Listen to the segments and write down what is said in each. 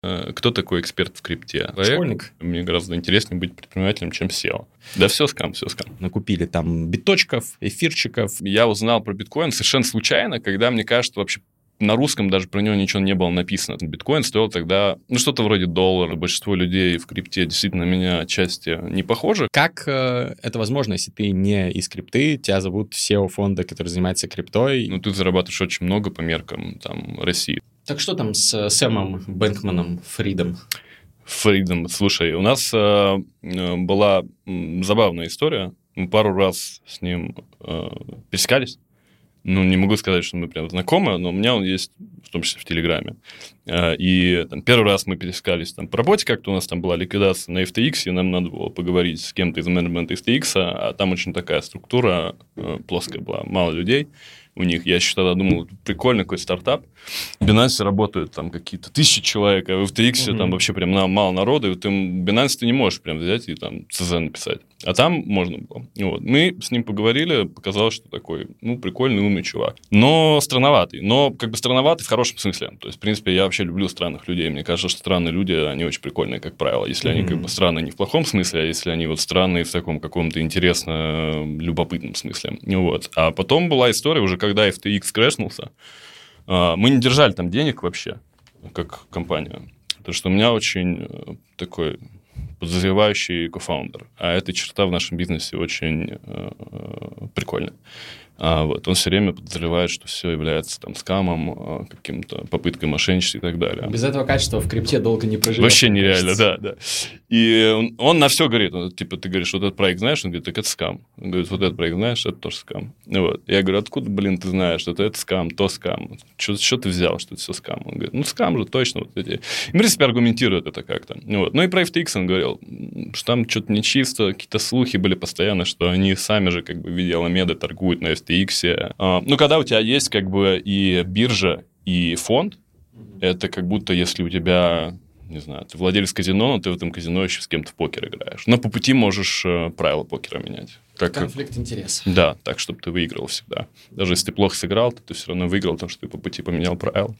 Кто такой эксперт в крипте? Школьник. Мне гораздо интереснее быть предпринимателем, чем SEO. Да все скам. Накупили там биточков, эфирчиков. Я узнал про биткоин совершенно случайно, когда, мне кажется, вообще на русском даже про него ничего не было написано. Биткоин стоил тогда, что-то вроде $1. Большинство людей в крипте действительно на меня отчасти не похожи. Как это возможно, если ты не из крипты, тебя зовут SEO фонда, который занимается криптой? Ты зарабатываешь очень много по меркам России. Так что там с Сэмом Бэнкманом Фридом? Слушай, у нас была забавная история. Мы пару раз с ним пересекались. Не могу сказать, что мы прям знакомы, но у меня он есть, в том числе в Телеграме. И первый раз мы пересекались по работе, как-то у нас там была ликвидация на FTX, и нам надо было поговорить с кем-то из менеджмента FTX, а там очень такая структура плоская была, мало людей у них. Я еще тогда думал, прикольный какой стартап. В Binance работают там какие-то 1000 человек, а в FTX там вообще прям мало народу, и в Binance ты не можешь прям взять и там ЦЗ написать. А там можно было. Мы с ним поговорили, показалось, что такой, прикольный, умный чувак. Но странноватый. Но странноватый в хорошем смысле. То есть, в принципе, я вообще люблю странных людей. Мне кажется, что странные люди, они очень прикольные, как правило. Если они странные не в плохом смысле, а если они странные в таком каком-то интересно любопытном смысле. А потом была история уже, когда FTX крэшнулся. Мы не держали там денег вообще, как компания. Потому что у меня очень такой подозревающий кофаундер. А эта черта в нашем бизнесе очень прикольная. Он все время подозревает, что все является скамом, каким-то попыткой мошенничества и так далее. Без этого качества в крипте долго не проживешь. Вообще нереально, да. И он на все говорит. Ты говоришь, вот этот проект знаешь? Он говорит, так это скам. Он говорит, вот этот проект знаешь? Это тоже скам. Я говорю, откуда, ты знаешь, что это скам, то скам? Что ты взял, что это все скам? Он говорит, скам же, точно. И, в принципе, аргументирует это как-то. И про FTX он говорил, что там что-то нечисто, какие-то слухи были постоянно, что они сами же в виде Аламеды торгуют на FTX. Когда у тебя есть и биржа, и фонд, это как будто если у тебя, не знаю, ты владелец казино, но ты в этом казино еще с кем-то в покер играешь. Но по пути можешь правила покера менять. Конфликт интересов. Да, так, чтобы ты выиграл всегда. Даже если ты плохо сыграл, то ты все равно выиграл, потому что ты по пути поменял правила.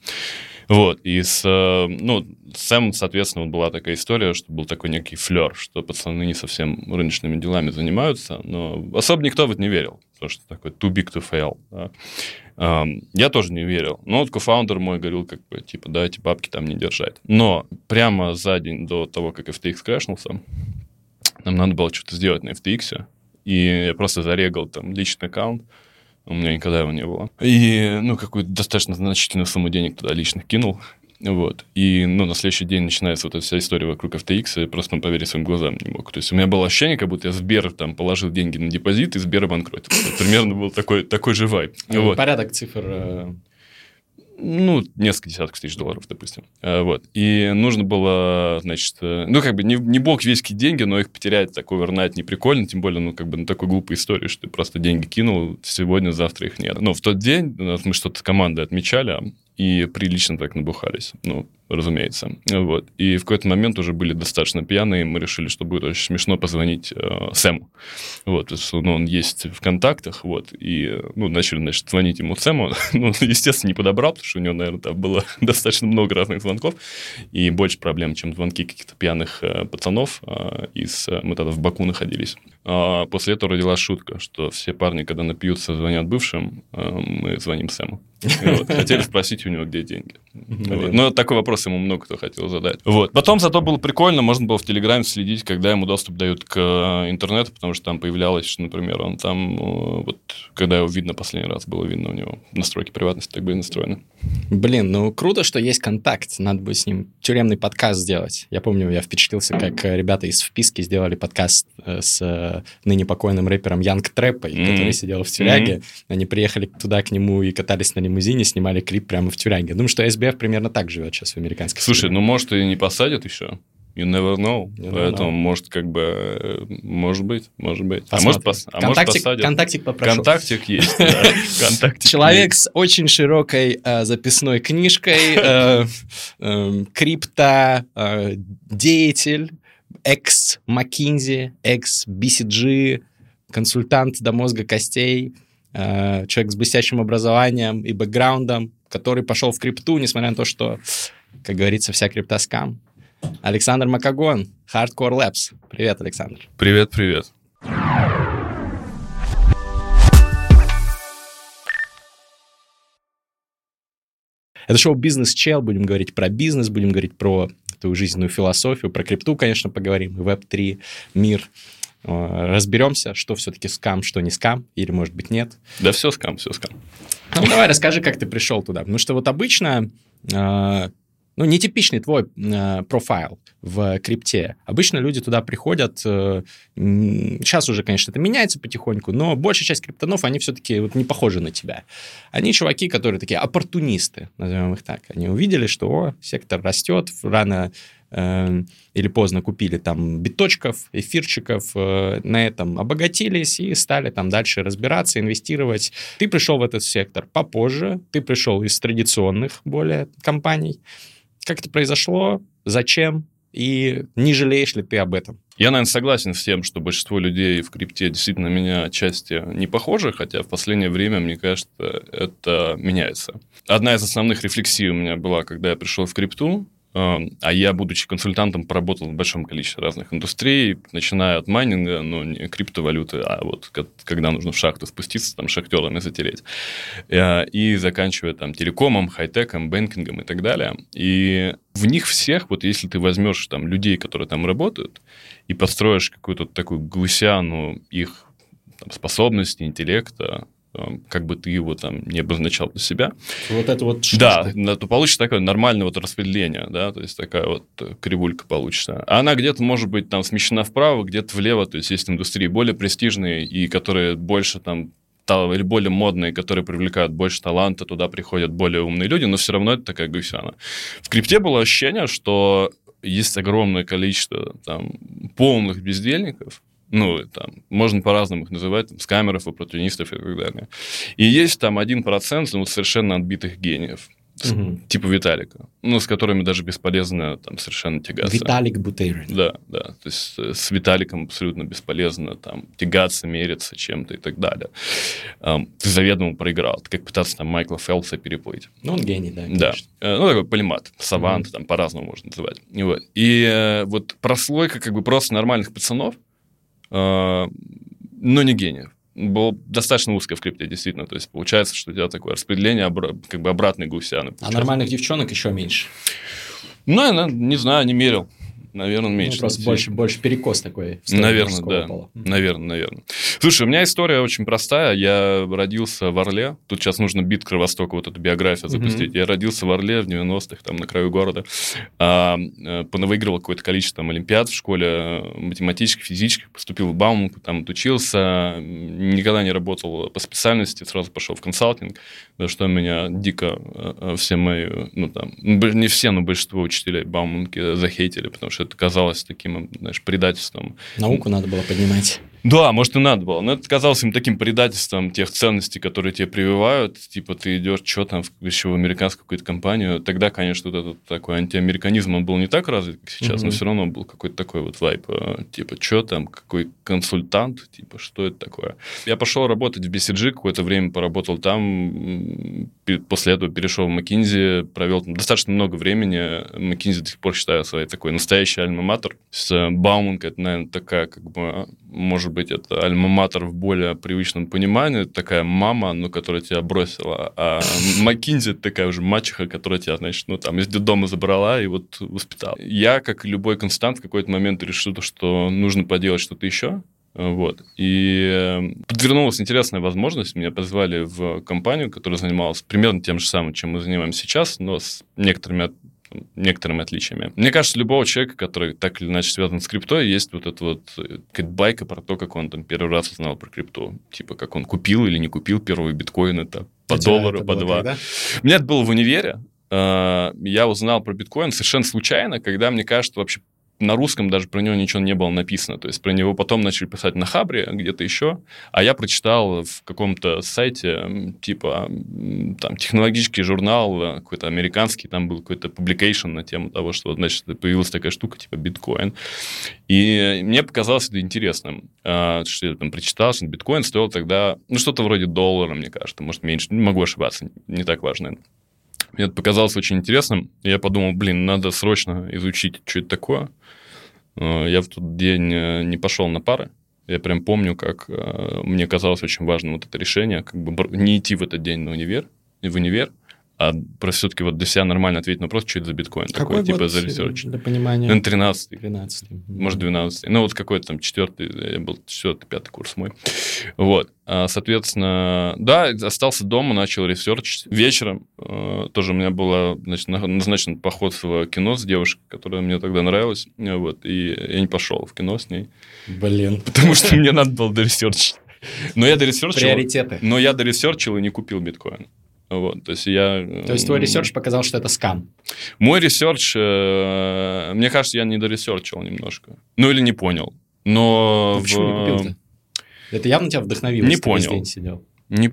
И с Сэмом, соответственно, была такая история, что был такой некий флер, что пацаны не совсем рыночными делами занимаются, но особо никто в это не верил, потому что такой too big to fail. Да. Я тоже не верил. Но кофаундер мой говорил, да, эти бабки там не держать. Но прямо за день до того, как FTX крэшнулся, нам надо было что-то сделать на FTX, и я просто зарегал там личный аккаунт. У меня никогда его не было. И, какую-то достаточно значительную сумму денег туда личных кинул. И, на следующий день начинается вот эта вся история вокруг FTX, и я просто поверить своим глазам не мог. То есть у меня было ощущение, как будто я Сбер положил деньги на депозит, и Сбер обанкротился. Примерно был такой же вайб. Порядок цифр... Несколько десятков тысяч долларов, допустим. И нужно было, значит... не бог весь какие деньги, но их потерять, овернайт не прикольно, тем более, на такой глупой истории, что ты просто деньги кинул, сегодня, завтра их нет. В тот день мы что-то с командой отмечали, и прилично так набухались, разумеется. И в какой-то момент уже были достаточно пьяные, мы решили, что будет очень смешно позвонить Сэму. То есть, он есть в контактах, и начали, звонить ему Сэму. Естественно, не подобрал, потому что у него, наверное, там было достаточно много разных звонков, и больше проблем, чем звонки каких-то пьяных пацанов. Мы тогда в Баку находились. После этого родилась шутка, что все парни, когда напьются, звонят бывшим, мы звоним Сэму. Хотели спросить у него, где деньги. Но такой вопрос ему много кто хотел задать. Потом зато было прикольно, можно было в Телеграме следить, когда ему доступ дают к интернету, потому что там появлялось, что, например, он там, когда его видно последний раз, было видно у него настройки приватности так были настроены. Блин, круто, что есть контакт, надо бы с ним тюремный подкаст сделать. Я помню, я впечатлился, как ребята из «Вписки» сделали подкаст с ныне покойным рэпером Янг Трэпой, который сидел в тюряге. Они приехали туда к нему и катались на лимузине, снимали клип прямо в тюряге. Думаю, что SBF примерно так живет сейчас в американской Слушай, стране. может, и не посадят еще. You never know. Поэтому, может, может быть. А может, посадят. Контактик попрошу. Контактик есть, да. Человек с очень широкой записной книжкой, крипто-деятель, экс-McKinsey, экс-BCG, консультант до мозга костей, человек с блестящим образованием и бэкграундом, который пошел в крипту, несмотря на то, что как говорится, вся криптоскам. Александр Макогон, Hardcore Labs. Привет, Александр. Привет. Это шоу «Бизнес-чел». Будем говорить про бизнес, будем говорить про твою жизненную философию, про крипту, конечно, поговорим, Web3, мир. Разберемся, что все-таки скам, что не скам, или, может быть, нет. Да все скам. Ну, давай расскажи, как ты пришел туда. Потому что вот обычно, нетипичный твой профайл в крипте. Обычно люди туда приходят, сейчас уже, конечно, это меняется потихоньку, но большая часть криптонов, они все-таки вот не похожи на тебя. Они чуваки, которые такие оппортунисты, назовем их так. Они увидели, что сектор растет, рано или поздно купили там биточков, эфирчиков, на этом обогатились и стали там дальше разбираться, инвестировать. Ты пришел в этот сектор попозже, ты пришел из традиционных более компаний. Как это произошло? Зачем? И не жалеешь ли ты об этом? Я, наверное, согласен с тем, что большинство людей в крипте действительно на меня отчасти не похожи, хотя в последнее время, мне кажется, это меняется. Одна из основных рефлексий у меня была, когда я пришел в крипту, а я, будучи консультантом, поработал в большом количестве разных индустрий, начиная от майнинга, но не криптовалюты, а вот когда нужно в шахту спуститься, там шахтерами затереть, и заканчивая там телекомом, хай-теком, бэнкингом и так далее. И в них всех, вот если ты возьмешь там людей, которые там работают, и построишь какую-то такую гусяну их там способностей, интеллекта, как бы ты его там не обозначал для себя. Вот это вот что? Да, то получится такое нормальное вот распределение, да, то есть такая вот кривулька получится. А она где-то может быть там смещена вправо, где-то влево, то есть есть индустрии более престижные и которые больше там или более модные, которые привлекают больше таланта, туда приходят более умные люди, но все равно это такая гусяна. В крипте было ощущение, что есть огромное количество там полных бездельников, там, можно по-разному их называть, там, скамеров, оппортунистов и так далее. И есть там 1% совершенно отбитых гениев, типа Виталика, с которыми даже бесполезно там совершенно тягаться. Виталик Бутерин. Да, то есть с Виталиком абсолютно бесполезно там тягаться, мериться чем-то и так далее. Ты заведомо проиграл. Это как пытаться там Майкла Фелпса переплыть. Он гений, да, конечно. Да, такой полимат, савант, там по-разному можно называть. И вот прослойка как бы просто нормальных пацанов, но не гениев. Было достаточно узкое в крипте, действительно. То есть получается, что у тебя такое распределение как бы обратной гусяны. А нормальных девчонок еще меньше? Я не знаю, не мерил. Наверное, меньше. Просто больше перекос такой. Наверное, да. Пола. Наверное. Слушай, у меня история очень простая. Я родился в Орле. Тут сейчас нужно бит Кровостока, вот эту биографию запустить. Я родился в Орле в 90-х, там, на краю города. Понавыигрывал какое-то количество там олимпиад в школе, математических, физических. Поступил в Бауманку, там отучился. Никогда не работал по специальности. Сразу пошел в консалтинг. За что меня дико все мои, не все, но большинство учителей Бауманки захейтили, потому что это казалось таким, предательством. Науку надо было поднимать. Да, может, и надо было. Но это казалось им таким предательством тех ценностей, которые тебе прививают. Типа, ты идешь, что там, еще в американскую какую-то компанию. Тогда, конечно, вот этот такой антиамериканизм, он был не так развит, как сейчас, но все равно был какой-то такой вот вайп. Типа, что там, какой консультант, типа, что это такое? Я пошел работать в BCG, какое-то время поработал там. После этого перешел в McKinsey, провел там достаточно много времени. McKinsey до сих пор считаю своей такой настоящий альма-матер. С Бауманкой это, наверное, такая, как бы, может быть, это альма-матер в более привычном понимании, такая мама, которая тебя бросила, а McKinsey такая уже мачеха, которая тебя, значит, из детдома забрала и вот воспитала. Я, как и любой консультант, в какой-то момент решил, что нужно поделать что-то еще. И подвернулась интересная возможность. Меня позвали в компанию, которая занималась примерно тем же самым, чем мы занимаемся сейчас, но с некоторыми отличиями. Мне кажется, у любого человека, который так или иначе связан с криптой, есть вот эта вот какая-то байка про то, как он там первый раз узнал про крипту. Типа, как он купил или не купил первый биткоин, это по $1, по 2. Когда? У меня это было в универе. Я узнал про биткоин совершенно случайно, когда, мне кажется, вообще на русском даже про него ничего не было написано. То есть про него потом начали писать на Хабре, где-то еще. А я прочитал в каком-то сайте, типа, там, технологический журнал какой-то американский, там был какой-то publication на тему того, что, значит, появилась такая штука, типа, биткоин. И мне показалось это интересным. Что я там прочитал, что биткоин стоил тогда, что-то вроде $1, мне кажется, может, меньше. Не могу ошибаться, не так важно. Мне это показалось очень интересным. Я подумал, надо срочно изучить, что это такое. Я в тот день не пошел на пары. Я прям помню, как мне казалось очень важным вот это решение, как бы не идти в этот день в универ, а просто все-таки вот для себя нормально ответить на вопрос, что это за биткоин. Какой такой, год, типа за ресерч. для понимания? 13-й. 13-й. Может, 12-й. Ну, вот какой-то там 4-й, я был 4-5 курс мой. Вот. Соответственно, да, остался дома, начал ресерч. Вечером тоже у меня был назначен поход в кино с девушкой, которая мне тогда нравилась. Вот. И я не пошел в кино с ней. Потому что мне надо было доресерчить. Но я доресерчил. Приоритеты. Но я доресерчил и не купил биткоин. Вот, то есть твой ресерч показал, что это скам? Мой ресерч, мне кажется, я не доресерчил немножко. Ну, или не понял. Но почему не купил-то? Это явно тебя вдохновило, не что понял. ты весь день сидел. Не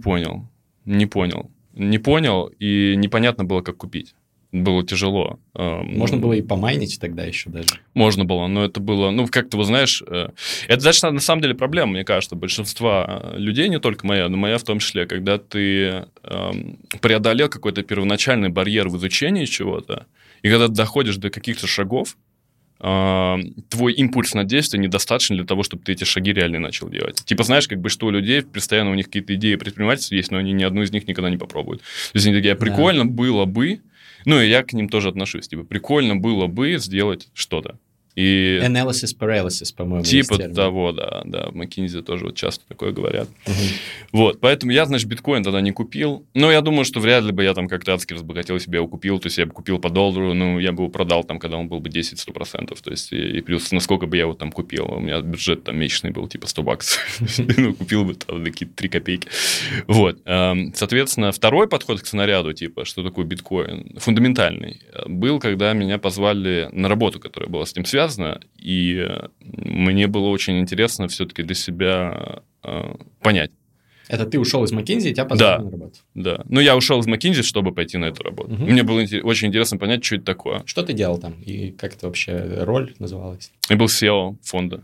понял, и непонятно было, как купить. Было тяжело. Можно было и помайнить тогда еще даже. Можно было, но это было, как-то, вы знаешь, это даже на самом деле проблема, мне кажется, большинства людей, не только моя, но моя в том числе, когда ты преодолел какой-то первоначальный барьер в изучении чего-то, и когда ты доходишь до каких-то шагов, твой импульс на действие недостаточно для того, чтобы ты эти шаги реально начал делать. Типа, знаешь, как бы, что у людей постоянно у них какие-то идеи предпринимательства есть, но они ни одну из них никогда не попробуют. То есть они такие, прикольно было бы, ну, и я к ним тоже отношусь. Типа, прикольно было бы сделать что-то. И Analysis paralysis, по-моему, типа того, да. В McKinsey тоже вот часто такое говорят. Вот, поэтому я, значит, биткоин тогда не купил. Но я думаю, что вряд ли бы я там как-то адски разбогател, себе его купил. То есть я бы купил по доллару, я бы его продал там, когда он был бы 10-100%. То есть и плюс, насколько бы я его там купил. У меня бюджет там месячный был, типа $100. Купил бы там какие-то 3 копейки. Вот. Соответственно, второй подход к снаряду, типа, что такое биткоин, фундаментальный, был, когда меня позвали на работу, которая была с ним связана. И мне было очень интересно все-таки для себя понять. Это ты ушел из McKinsey, и тебя позвали на работу? Да. Я ушел из McKinsey, чтобы пойти на эту работу. Мне было очень интересно понять, что это такое. Что ты делал там? И как это вообще роль называлась? Я был SEO фонда.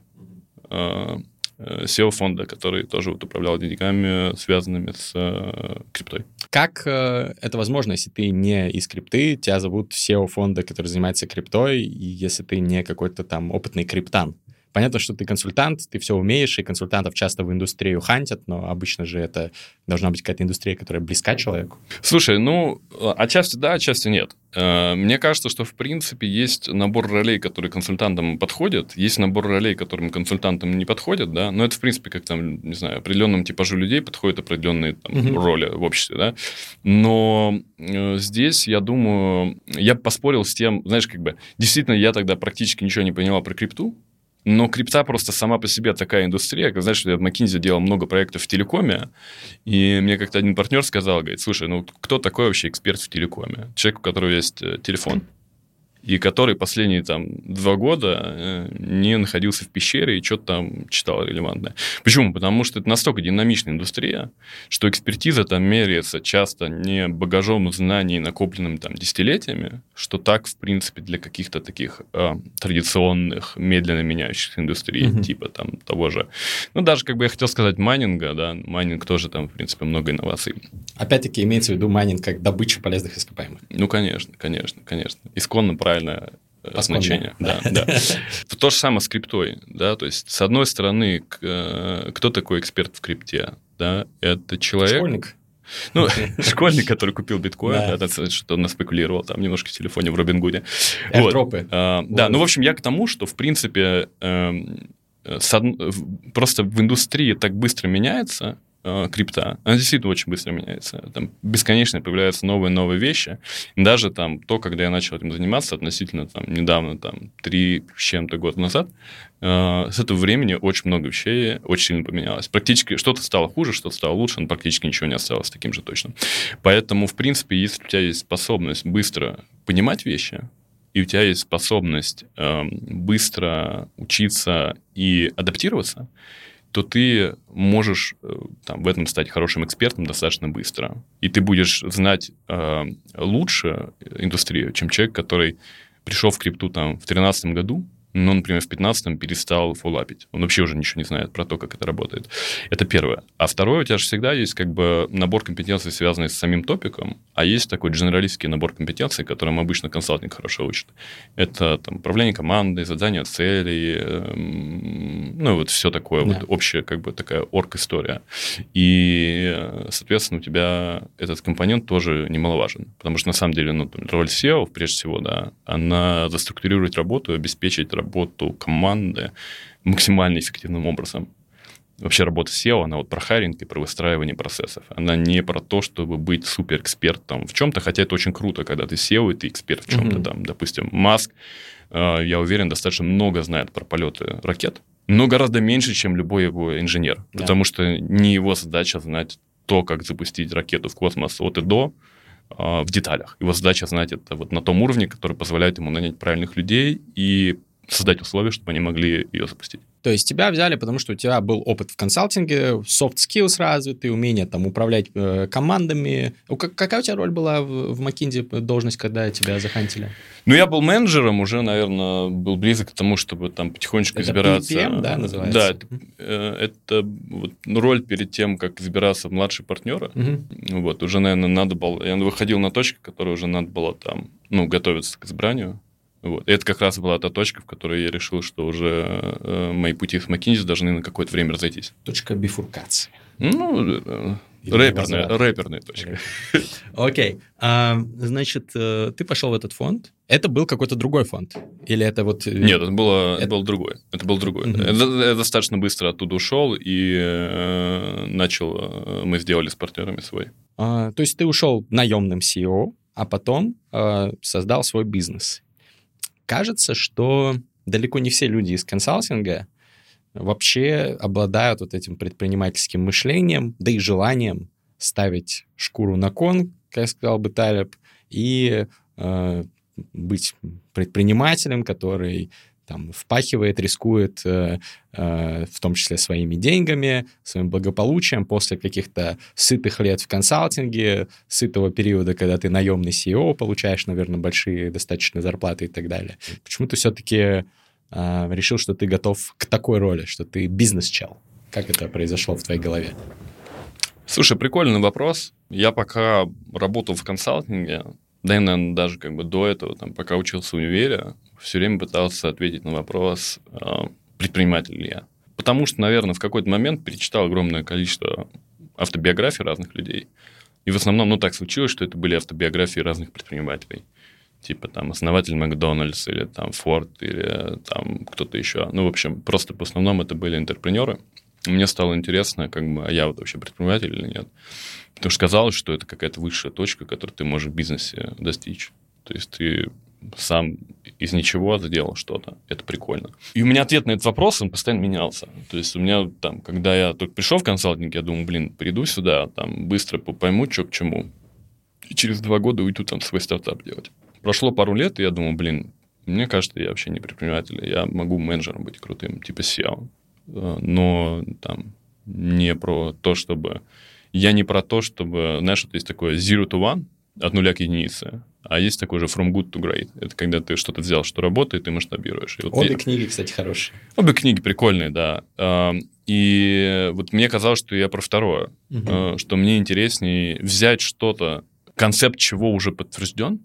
SEO фонда, который тоже управлял деньгами, связанными с криптой. Как это возможно, если ты не из крипты, тебя зовут SEO фонда, который занимается криптой, и если ты не какой-то там опытный криптан? Понятно, что ты консультант, ты все умеешь, и консультантов часто в индустрию хантят, но обычно же это должна быть какая-то индустрия, которая близка человеку. Слушай, отчасти да, отчасти нет. Мне кажется, что, в принципе, есть набор ролей, которые консультантам подходят, есть набор ролей, которым консультантам не подходят, да, но это, в принципе, как там, не знаю, определенному типажу людей подходят определенные там, роли в обществе, да, но здесь, я думаю, я поспорил с тем, знаешь, как бы, действительно, я тогда практически ничего не поняла про крипту, но крипта просто сама по себе такая индустрия. Как, знаешь, я в McKinsey делал много проектов в телекоме, и мне как-то один партнер сказал, говорит, слушай, кто такой вообще эксперт в телекоме? Человек, у которого есть телефон, и который последние там 2 года не находился в пещере и что-то там читал релевантное. Почему? Потому что это настолько динамичная индустрия, что экспертиза там меряется часто не багажом знаний, накопленным там десятилетиями, что так, в принципе, для каких-то таких традиционных, медленно меняющихся индустрий, типа там того же, даже, как бы я хотел сказать, майнинга, да, майнинг тоже там, в принципе, много инноваций. Опять-таки имеется в виду майнинг как добыча полезных ископаемых. Конечно. Исконно правильное значение. Да. То же самое с криптой. Да? То есть, с одной стороны, кто такой эксперт в крипте? Да? Это человек... Школьник. Школьник, который купил биткоин, что-то наспекулировал там немножко в телефоне в Робингуде. Airdrop'ы. Да, в общем, я к тому, что, в принципе, просто в индустрии так быстро меняется крипта, она действительно очень быстро меняется. Там бесконечно появляются новые вещи. Даже там то, когда я начал этим заниматься относительно там, недавно, там, 3 с чем-то года назад, с этого времени очень много вещей очень сильно поменялось. Практически что-то стало хуже, что-то стало лучше, но практически ничего не осталось таким же точно. Поэтому, в принципе, если у тебя есть способность быстро понимать вещи, и у тебя есть способность быстро учиться и адаптироваться, то ты можешь там, в этом стать хорошим экспертом достаточно быстро. И ты будешь знать лучше индустрию, чем человек, который пришел в крипту там, в 2013 году, но, например, в 15-м перестал фоллапить. Он вообще уже ничего не знает про то, как это работает. Это первое. А второе, у тебя же всегда есть как бы набор компетенций, связанный с самим топиком, а есть такой дженералистский набор компетенций, которым обычно консалтинг хорошо учит. Это там, управление командой, задание целей, ну, вот все такое, вот общая как бы такая орг-история. И, соответственно, у тебя этот компонент тоже немаловажен. Потому что, на самом деле, ну, роль SEO, прежде всего, да, она заструктурировать работу, обеспечить работу команды максимально эффективным образом. Вообще работа SEO, она вот про хайринг и про выстраивание процессов. Она не про то, чтобы быть суперэкспертом в чем-то, хотя это очень круто, когда ты SEO, и ты эксперт в чем-то там. Допустим, Маск, я уверен, достаточно много знает про полеты ракет, но гораздо меньше, чем любой его инженер. Да. Потому что не его задача знать то, как запустить ракету в космос от и до, в деталях. Его задача знать это вот на том уровне, который позволяет ему нанять правильных людей и создать условия, чтобы они могли ее запустить. То есть тебя взяли, потому что у тебя был опыт в консалтинге, soft skills развитый, умение там управлять командами. Какая у тебя роль была в McKinsey, должность, когда тебя захантили? Ну, я был менеджером, уже, наверное, был близок к тому, чтобы там потихонечку это избираться. PM, да, называется? Да, это вот роль перед тем, как избираться в младшие партнеры. Вот, уже, наверное, надо было... Я выходил на точку, которая уже надо было там, ну, готовиться к избранию. Вот. И это как раз была та точка, в которой я решил, что уже мои пути с McKinsey должны на какое-то время разойтись. Точка бифуркации. Ну, рэперная точка. Окей. Значит, ты пошел в этот фонд. Это был какой-то другой фонд? Или это вот... Нет, это был другой. Это был другой. Я достаточно быстро оттуда ушел, и мы сделали с партнерами свой. То есть ты ушел наемным CEO, а потом создал свой бизнес. Кажется, что далеко не все люди из консалтинга вообще обладают вот этим предпринимательским мышлением, да и желанием ставить шкуру на кон, как сказал бы Талеб, и быть предпринимателем, который там впахивает, рискует, в том числе своими деньгами, своим благополучием после каких-то сытых лет в консалтинге, сытого периода, когда ты наемный CEO, получаешь, наверное, большие достаточно зарплаты и так далее. Почему ты все-таки решил, что ты готов к такой роли, что ты бизнес-чел? Как это произошло в твоей голове? Слушай, прикольный вопрос. Я пока работал в консалтинге, да и, наверное, даже как бы до этого, там, пока учился в универе, все время пытался ответить на вопрос, предприниматель ли я. Потому что, наверное, в какой-то момент перечитал огромное количество автобиографий разных людей. И в основном, ну, так случилось, что это были автобиографии разных предпринимателей. Типа там основатель Макдональдс или там Форд или там кто-то еще. Ну, в общем, просто в основном это были интерпренеры. Мне стало интересно, как бы, а я вот вообще предприниматель или нет. Потому что казалось, что это какая-то высшая точка, которую ты можешь в бизнесе достичь. То есть ты сам из ничего сделал что-то. Это прикольно. И у меня ответ на этот вопрос, он постоянно менялся. То есть у меня там, когда я только пришел в консалтинг, я думал, приду сюда, там быстро пойму, что к чему. И через 2 года уйду там свой стартап делать. Прошло пару лет, и я думал, мне кажется, я вообще не предприниматель. Я могу менеджером быть крутым, типа SEO. Но там не про то, чтобы... Я не про то, чтобы... Знаешь, вот есть такое zero to one, от нуля к единице. А есть такой же from good to great. Это когда ты что-то взял, что работает, и масштабируешь. И вот обе книги, кстати, хорошие. Обе книги прикольные, да. И вот мне казалось, что я про второе. Что мне интереснее взять что-то, концепт чего уже подтвержден,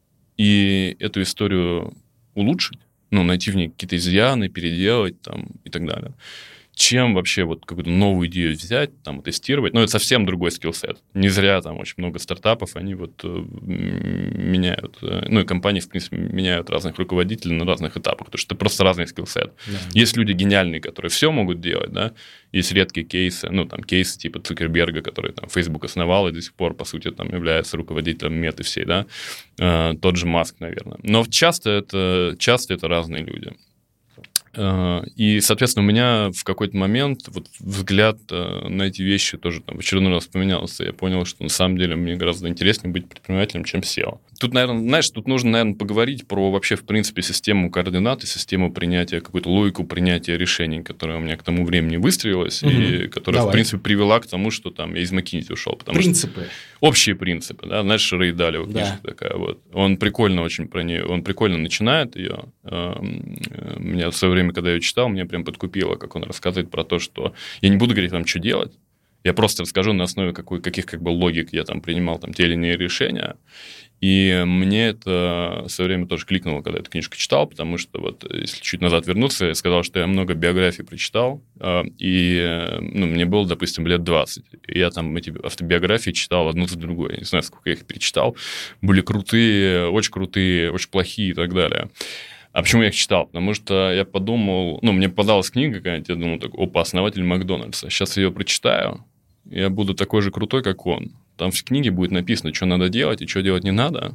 и эту историю улучшить. Ну, найти в ней какие-то изъяны, переделать там, и так далее. Чем вообще вот какую-то новую идею взять, там, тестировать. Но это совсем другой скиллсет. Не зря там очень много стартапов, они вот меняют, ну, и компании, в принципе, меняют разных руководителей на разных этапах, потому что это просто разный скиллсет. Да. Есть люди гениальные, которые все могут делать, да, есть редкие кейсы, ну, там, кейсы типа Цукерберга, который там Facebook основал и до сих пор, по сути, там, является руководителем меты всей, да, тот же Маск, наверное. Но часто это разные люди. И, соответственно, у меня в какой-то момент вот взгляд на эти вещи тоже там в очередной раз поменялся. Я понял, что на самом деле мне гораздо интереснее быть предпринимателем, чем SEO. Тут, наверное, знаешь, тут нужно, наверное, поговорить про вообще, в принципе, систему координат и систему принятия, какую-то логику принятия решений, которая у меня к тому времени выстроилась, и которая, в принципе, привела к тому, что там я из McKinsey ушел. Принципы. Общие принципы, да, знаешь, Рэй Далио книжка такая вот. Он прикольно очень про нее, он прикольно начинает ее. Меня в свое время, когда я ее читал, меня прям подкупило, как он рассказывает про то, что я не буду говорить там, что делать, я просто расскажу на основе каких как бы логик я там принимал там те или иные решения. И мне это в свое время тоже кликнуло, когда эту книжку читал, потому что вот, если чуть назад вернуться, я сказал, что я много биографий прочитал, и мне было, допустим, лет 20. И я там эти автобиографии читал одну за другой. Я не знаю, сколько я их перечитал. Были крутые, очень плохие и так далее. А почему я их читал? Потому что я подумал, мне попадалась книга какая-нибудь, я думал, основатель Макдональдса. Сейчас я ее прочитаю, я буду такой же крутой, как он. Там в книге будет написано, что надо делать и что делать не надо.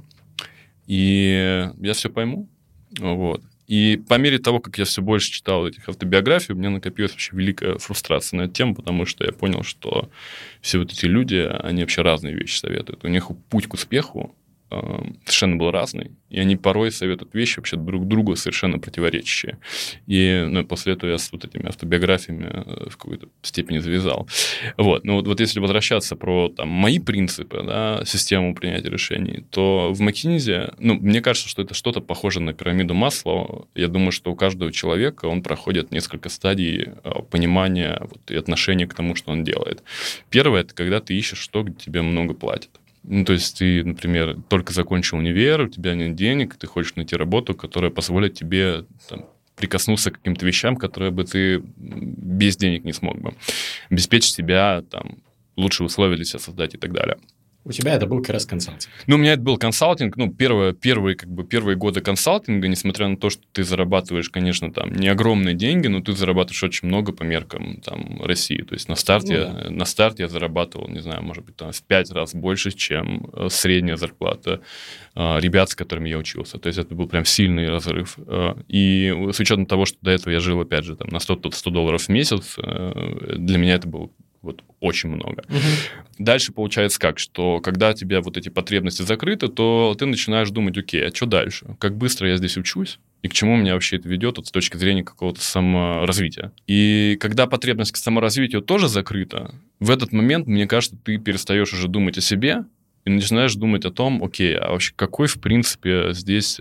И я все пойму. Вот. И по мере того, как я все больше читал этих автобиографий, у меня накопилась вообще великая фрустрация на эту тему, потому что я понял, что все вот эти люди, они вообще разные вещи советуют. У них путь к успеху совершенно был разный, и они порой советуют вещи вообще друг другу совершенно противоречащие. И после этого я с вот этими автобиографиями в какой-то степени завязал. Вот. Но вот если возвращаться про там, мои принципы, да, систему принятия решений, то в McKinsey, мне кажется, что это что-то похоже на пирамиду Маслоу. Я думаю, что у каждого человека он проходит несколько стадий понимания и отношения к тому, что он делает. Первое – это когда ты ищешь что, где тебе много платят. То есть ты, например, только закончил универ, у тебя нет денег, ты хочешь найти работу, которая позволит тебе прикоснуться к каким-то вещам, которые бы ты без денег не смог бы. Обеспечить себя, лучшие условия для себя создать и так далее. У тебя это был как раз консалтинг. У меня это был консалтинг. Первые годы консалтинга, несмотря на то, что ты зарабатываешь, конечно, не огромные деньги, но ты зарабатываешь очень много по меркам России. То есть на старте я зарабатывал, не знаю, может быть, в 5 раз больше, чем средняя зарплата ребят, с которыми я учился. То есть это был прям сильный разрыв. И с учетом того, что до этого я жил, опять же, на $100 в месяц, для меня это было очень много. Дальше получается как, что когда у тебя вот эти потребности закрыты, то ты начинаешь думать, окей, а что дальше? Как быстро я здесь учусь? И к чему меня вообще это ведет с точки зрения какого-то саморазвития? И когда потребность к саморазвитию тоже закрыта, в этот момент, мне кажется, ты перестаешь уже думать о себе и начинаешь думать о том, окей, а вообще какой, в принципе, здесь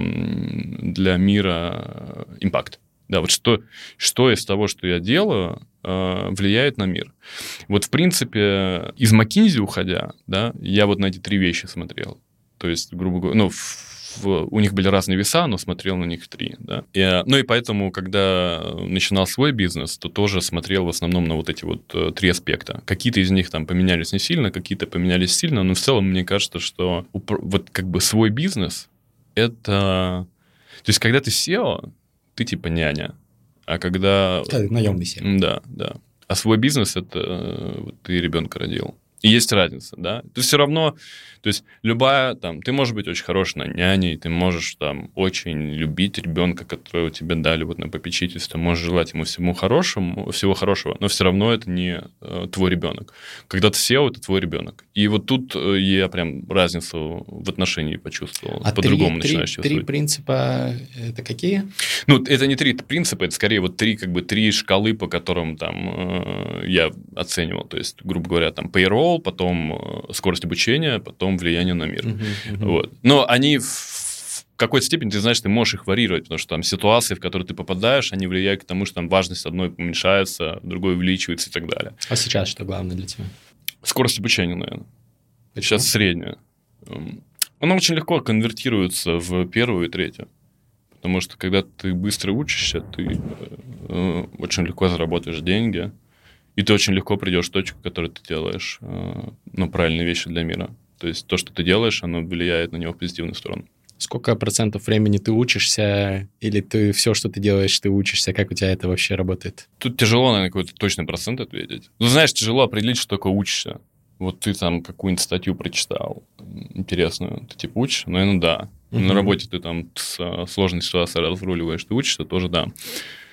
для мира импакт? Да, вот что из того, что я делаю, влияет на мир. Вот, в принципе, из McKinsey уходя, да, я вот на эти 3 вещи смотрел. То есть, грубо говоря, у них были разные веса, но смотрел на них 3. Да. И поэтому, когда начинал свой бизнес, то тоже смотрел в основном на вот эти 3 аспекта. Какие-то из них поменялись не сильно, какие-то поменялись сильно, но в целом мне кажется, что вот как бы свой бизнес – это... То есть, когда ты SEO, ты типа няня. А когда... наемный SEO. Да. А свой бизнес – это ты ребенка родил. И есть разница, да. Ты все равно... То есть любая... ты можешь быть очень хорошей няней, ты можешь очень любить ребенка, которого тебе дали на попечительство, можешь желать ему всего хорошего, но все равно это не твой ребенок. Когда ты SEO, это твой ребенок. И вот тут я прям разницу в отношении почувствовал. По-другому начинаешь чувствовать. 3 принципа – это какие? Это не 3 принципа, это скорее 3 шкалы, по которым я оценивал. То есть, грубо говоря, payroll, потом скорость обучения, потом влияние на мир. Вот. Но они в какой-то степени, ты знаешь, ты можешь их варьировать, потому что ситуации, в которые ты попадаешь, они влияют к тому, что важность одной уменьшается, другой увеличивается и так далее. А сейчас что главное для тебя? Скорость обучения, наверное. Почему? Сейчас средняя. Она очень легко конвертируется в 1-ю и 3-ю. Потому что, когда ты быстро учишься, ты очень легко заработаешь деньги, и ты очень легко придешь в точку, в которой ты делаешь правильные вещи для мира. То есть то, что ты делаешь, оно влияет на него в позитивную сторону. Сколько процентов времени ты учишься, или ты все, что ты делаешь, ты учишься? Как у тебя это вообще работает? Тут тяжело, наверное, какой-то точный процент ответить. Знаешь, тяжело определить, что такое учишься. Вот ты какую-нибудь статью прочитал интересную, ты учишь? Наверное, да. На работе ты сложные ситуации разруливаешь, ты учишься, тоже да.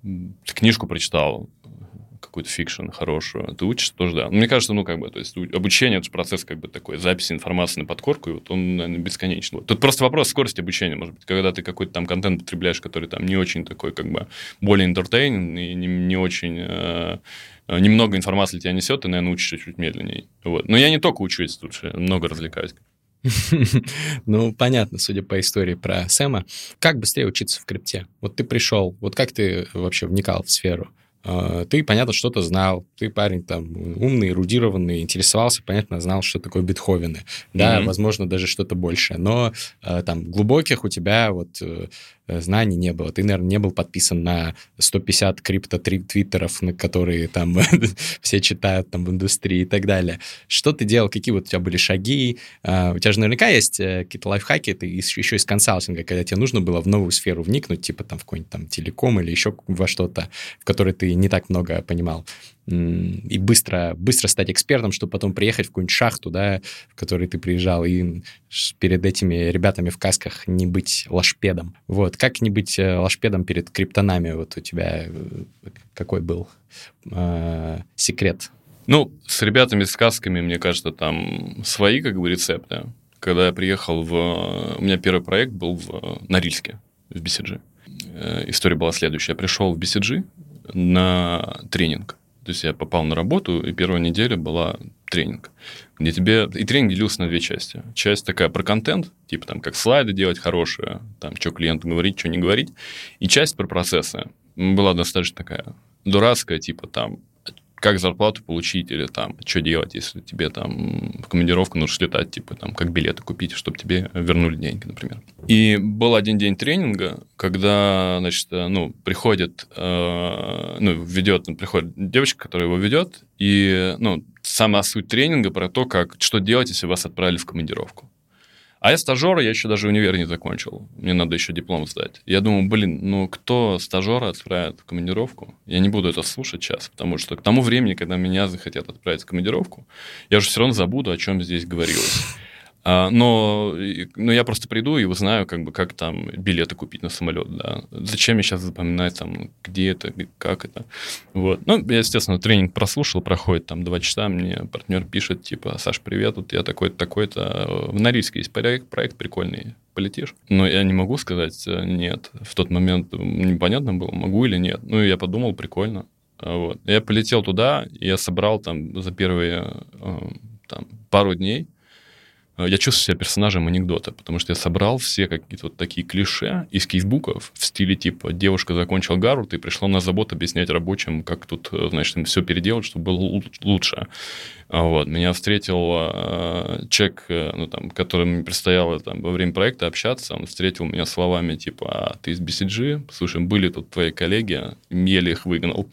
ты книжку прочитал, какую-то фикшн хорошую, ты учишься тоже, да. Мне кажется, то есть обучение — это же процесс такой, записи информации на подкорку, и вот он, наверное, бесконечный. Тут просто вопрос скорости обучения, может быть, когда ты какой-то там контент потребляешь, который там не очень такой, более entertaining и не очень... немного информации для тебя несет, ты, наверное, учишься чуть медленнее. Вот. Но я не только учусь, тут много развлекаюсь. Ну, понятно, судя по истории про Сэма. Как быстрее учиться в крипте? Вот ты пришел, вот как ты вообще вникал в сферу? Ты, понятно, что-то знал, ты парень там умный, эрудированный, интересовался, понятно, знал, что такое бетховены, да, возможно, даже что-то большее, но там глубоких у тебя вот знаний не было. Ты, наверное, не был подписан на 150 крипто-твиттеров, на которые там все читают там в индустрии и так далее. Что ты делал? Какие вот у тебя были шаги? У тебя же наверняка есть какие-то лайфхаки, ты еще из консалтинга, когда тебе нужно было в новую сферу вникнуть, типа там в какой-нибудь там телеком или еще во что-то, в которой ты не так много понимал. И быстро стать экспертом, чтобы потом приехать в какую-нибудь шахту, да, в которой ты приезжал, и перед этими ребятами в касках не быть лошпедом. Вот. Как не быть лошпедом перед криптонами? Вот у тебя какой был секрет? Ну, с ребятами с касками, мне кажется, там свои, рецепты. Когда я приехал У меня первый проект был в Норильске, в BCG. История была следующая. Я пришел в BCG на тренинг. То есть я попал на работу, и первая неделя была тренинг, где и тренинг делился на две части. Часть такая про контент, типа там как слайды делать хорошие, там что клиенту говорить, что не говорить, и часть про процессы. Была достаточно такая дурацкая, типа там как зарплату получить или там что делать, если тебе там в командировку нужно слетать, типа там как билеты купить, чтобы тебе вернули деньги, например. И был один день тренинга, когда, значит, приходит девочка, которая его ведет, и, сама суть тренинга про то, что делать, если вас отправили в командировку. А я стажер, я еще даже универ не закончил. Мне надо еще диплом сдать. Я думаю, кто стажера отправит в командировку? Я не буду это слушать сейчас, потому что к тому времени, когда меня захотят отправить в командировку, я уже все равно забуду, о чем здесь говорилось. Но я просто приду и узнаю, как там билеты купить на самолет, да. Зачем мне сейчас запоминать, там, где это, как это. Вот. Я, естественно, тренинг прослушал, проходит там 2 часа, мне партнер пишет, типа, Саш, привет, вот я такой-то, такой-то. В Норильске есть проект прикольный, полетишь? Но я не могу сказать нет. В тот момент непонятно было, могу или нет. Я подумал, прикольно. Вот. Я полетел туда, и я собрал там за первые пару дней. Я чувствую себя персонажем анекдота, потому что я собрал все какие-то вот такие клише из кейсбуков в стиле типа «девушка закончила Гарвард и пришла на завод объяснять рабочим, как тут, значит, им все переделать, чтобы было лучше». Вот. Меня встретил человек, которому предстояло во время проекта общаться, он встретил меня словами типа «ты из BCG? Слушай, были тут твои коллеги, еле их выгнал».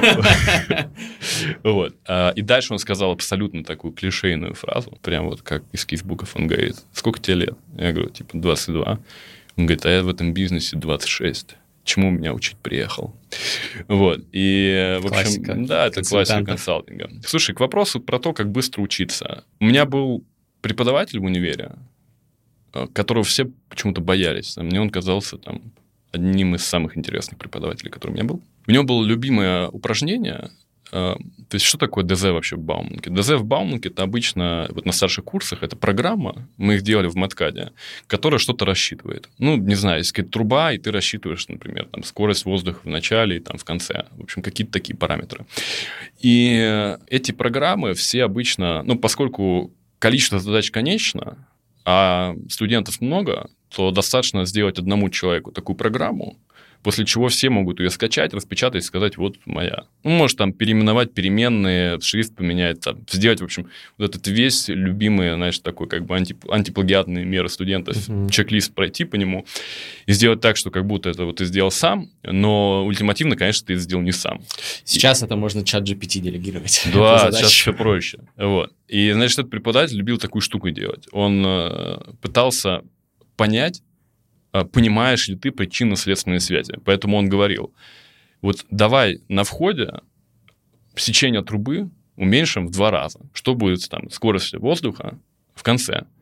И дальше он сказал абсолютно такую клишейную фразу, прям вот как из кейсбуков. Он говорит: сколько тебе лет? Я говорю, 22. Он говорит, а я в этом бизнесе 26. Чему меня учить приехал? Вот. И, в общем, классика. Да, это классика консалтинга. Слушай, к вопросу про то, как быстро учиться. У меня был преподаватель в универе, которого все почему-то боялись. Мне он казался одним из самых интересных преподавателей, который у меня был. У него было любимое упражнение. То есть, что такое ДЗ вообще в Бауманке? ДЗ в Бауманке – это обычно, вот на старших курсах, это программа, мы их делали в Маткаде, которая что-то рассчитывает. Не знаю, есть какая-то труба, и ты рассчитываешь, например, скорость воздуха в начале и в конце. В общем, какие-то такие параметры. И эти программы все обычно, поскольку количество задач конечно, а студентов много, то достаточно сделать одному человеку такую программу, после чего все могут ее скачать, распечатать и сказать, вот моя. Может переименовать переменные, шрифт поменять, сделать, в общем, вот этот весь любимый, знаешь, такой антиплагиатные меры студентов, чек-лист пройти по нему и сделать так, что как будто это вот ты сделал сам, но ультимативно, конечно, ты это сделал не сам. Сейчас это можно чат-GPT делегировать. Да, сейчас все проще. Вот. И, значит, этот преподаватель любил такую штуку делать. Он пытался понять, понимаешь ли ты причинно-следственные связи. Поэтому он говорил, вот давай на входе сечение трубы уменьшим в 2 раза. Что будет скорость воздуха в конце?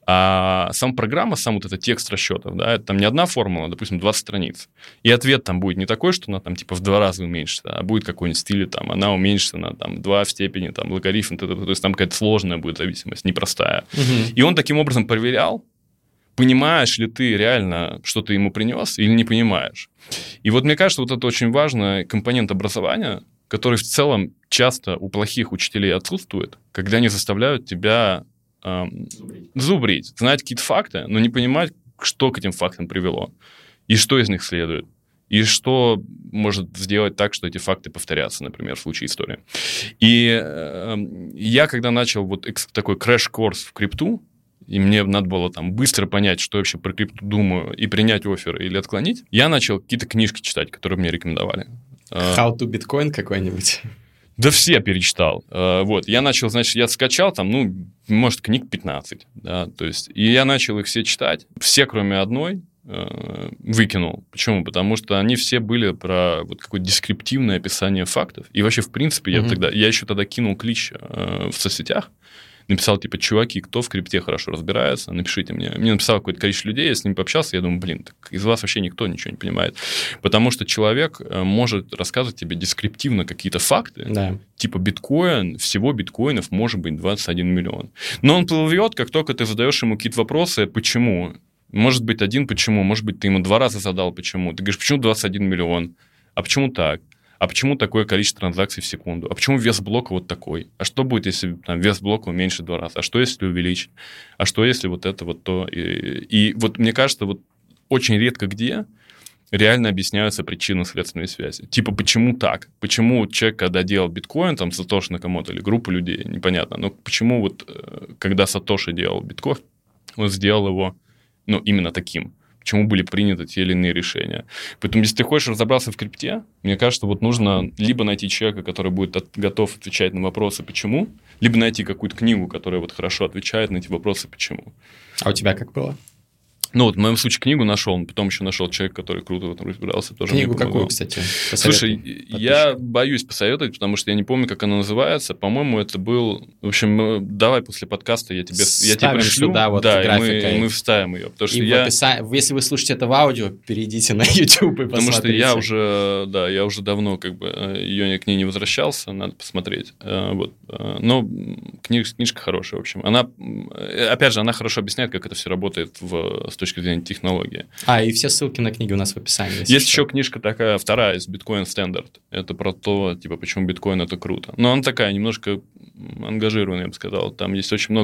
А сама программа, сам вот этот текст расчетов, да, это там не одна формула, допустим, 20 страниц. И ответ там будет не такой, что она там типа в 2 раза уменьшится, а будет какой-нибудь стиль, там, она уменьшится на там 2 в степени, там, логарифм, то есть там какая-то сложная будет зависимость, непростая. И он таким образом проверял, понимаешь ли ты реально, что ты ему принес, или не понимаешь. И вот мне кажется, вот это очень важный компонент образования, который в целом часто у плохих учителей отсутствует, когда они заставляют тебя зубрить, знать какие-то факты, но не понимать, что к этим фактам привело, и что из них следует, и что может сделать так, что эти факты повторятся, например, в случае истории. И я, когда начал вот такой крэш-курс в крипту, и мне надо было там быстро понять, что я вообще про крипту думаю, и принять оффер или отклонить, я начал какие-то книжки читать, которые мне рекомендовали. How to Bitcoin какой-нибудь? Да все перечитал. Вот, я начал, значит, я скачал там, ну, может, книг 15, да, то есть, и я начал их все читать, все, кроме одной, выкинул. Почему? Потому что они все были про вот какое-то дескриптивное описание фактов. И вообще, в принципе, я еще тогда кинул клич в соцсетях, написал, типа, чуваки, кто в крипте хорошо разбирается, напишите мне. Мне написало какое-то количество людей, я с ними пообщался, я думаю, блин, так из вас вообще никто ничего не понимает. Потому что человек может рассказывать тебе дескриптивно какие-то факты, да. Типа биткоин, всего биткоинов может быть 21 миллион. Но он плывет, как только ты задаешь ему какие-то вопросы, почему? Может быть, один почему, может быть, ты ему 2 раза задал почему. Ты говоришь, почему 21 миллион? А почему так? А почему такое количество транзакций в секунду? А почему вес блока вот такой? А что будет, если там, вес блока уменьшить 2 раза? А что, если увеличить? А что, если вот это вот то? И вот мне кажется, вот очень редко где реально объясняются причинно-следственные связи. Типа, почему так? Почему человек, когда делал биткоин, там, Сатоши Накамото или группа людей, непонятно, но почему вот, когда Сатоши делал биткоин, он сделал его, ну, именно таким? Почему были приняты те или иные решения. Поэтому, если ты хочешь разобраться в крипте, мне кажется, вот нужно либо найти человека, который будет готов отвечать на вопросы «почему», либо найти какую-то книгу, которая вот хорошо отвечает на эти вопросы «почему». А у тебя как было? Ну, вот в моем случае книгу нашел, потом еще нашел человека, который круто в этом разбирался. Тоже книгу какую, кстати? Слушай, я боюсь посоветовать, потому что я не помню, как она называется. По-моему, это был... В общем, давай после подкаста я тебе пришлю. Сюда вот да, и мы вставим ее. Потому что если вы слушаете это в аудио, перейдите на YouTube и посмотрите. Потому что я уже давно как бы к ней не возвращался, надо посмотреть. Вот. Но книжка хорошая, в общем. Она, опять же, она хорошо объясняет, как это все работает с точки зрения технологии. И все ссылки на книги у нас в описании. Есть еще книжка такая, вторая, из Bitcoin Standard. Это про то, типа, почему биткоин это круто. Но она такая, немножко ангажированная, я бы сказал. Там есть очень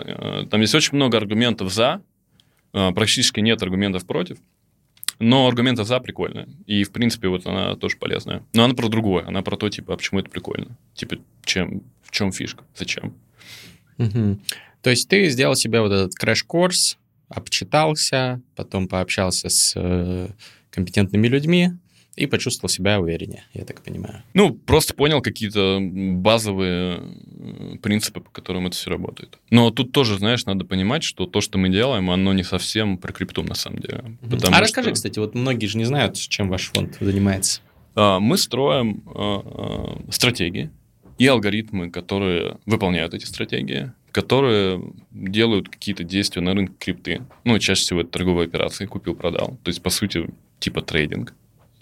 много аргументов за, практически нет аргументов против. Но аргументов за прикольные. И, в принципе, вот она тоже полезная. Но она про другое. Она про то, типа, а почему это прикольно? Типа, в чем фишка? Зачем? Угу. То есть ты сделал себе вот этот крэш-курс, обчитался, потом пообщался с компетентными людьми и почувствовал себя увереннее, я так понимаю. Ну, просто понял какие-то базовые принципы, по которым это все работает. Но тут тоже, знаешь, надо понимать, что то, что мы делаем, оно не совсем про крипту на самом деле. Расскажи, кстати, вот многие же не знают, чем ваш фонд занимается. Мы строим стратегии и алгоритмы, которые выполняют эти стратегии, которые делают какие-то действия на рынке крипты. Ну, чаще всего это торговые операции, купил-продал. То есть, по сути, типа трейдинг.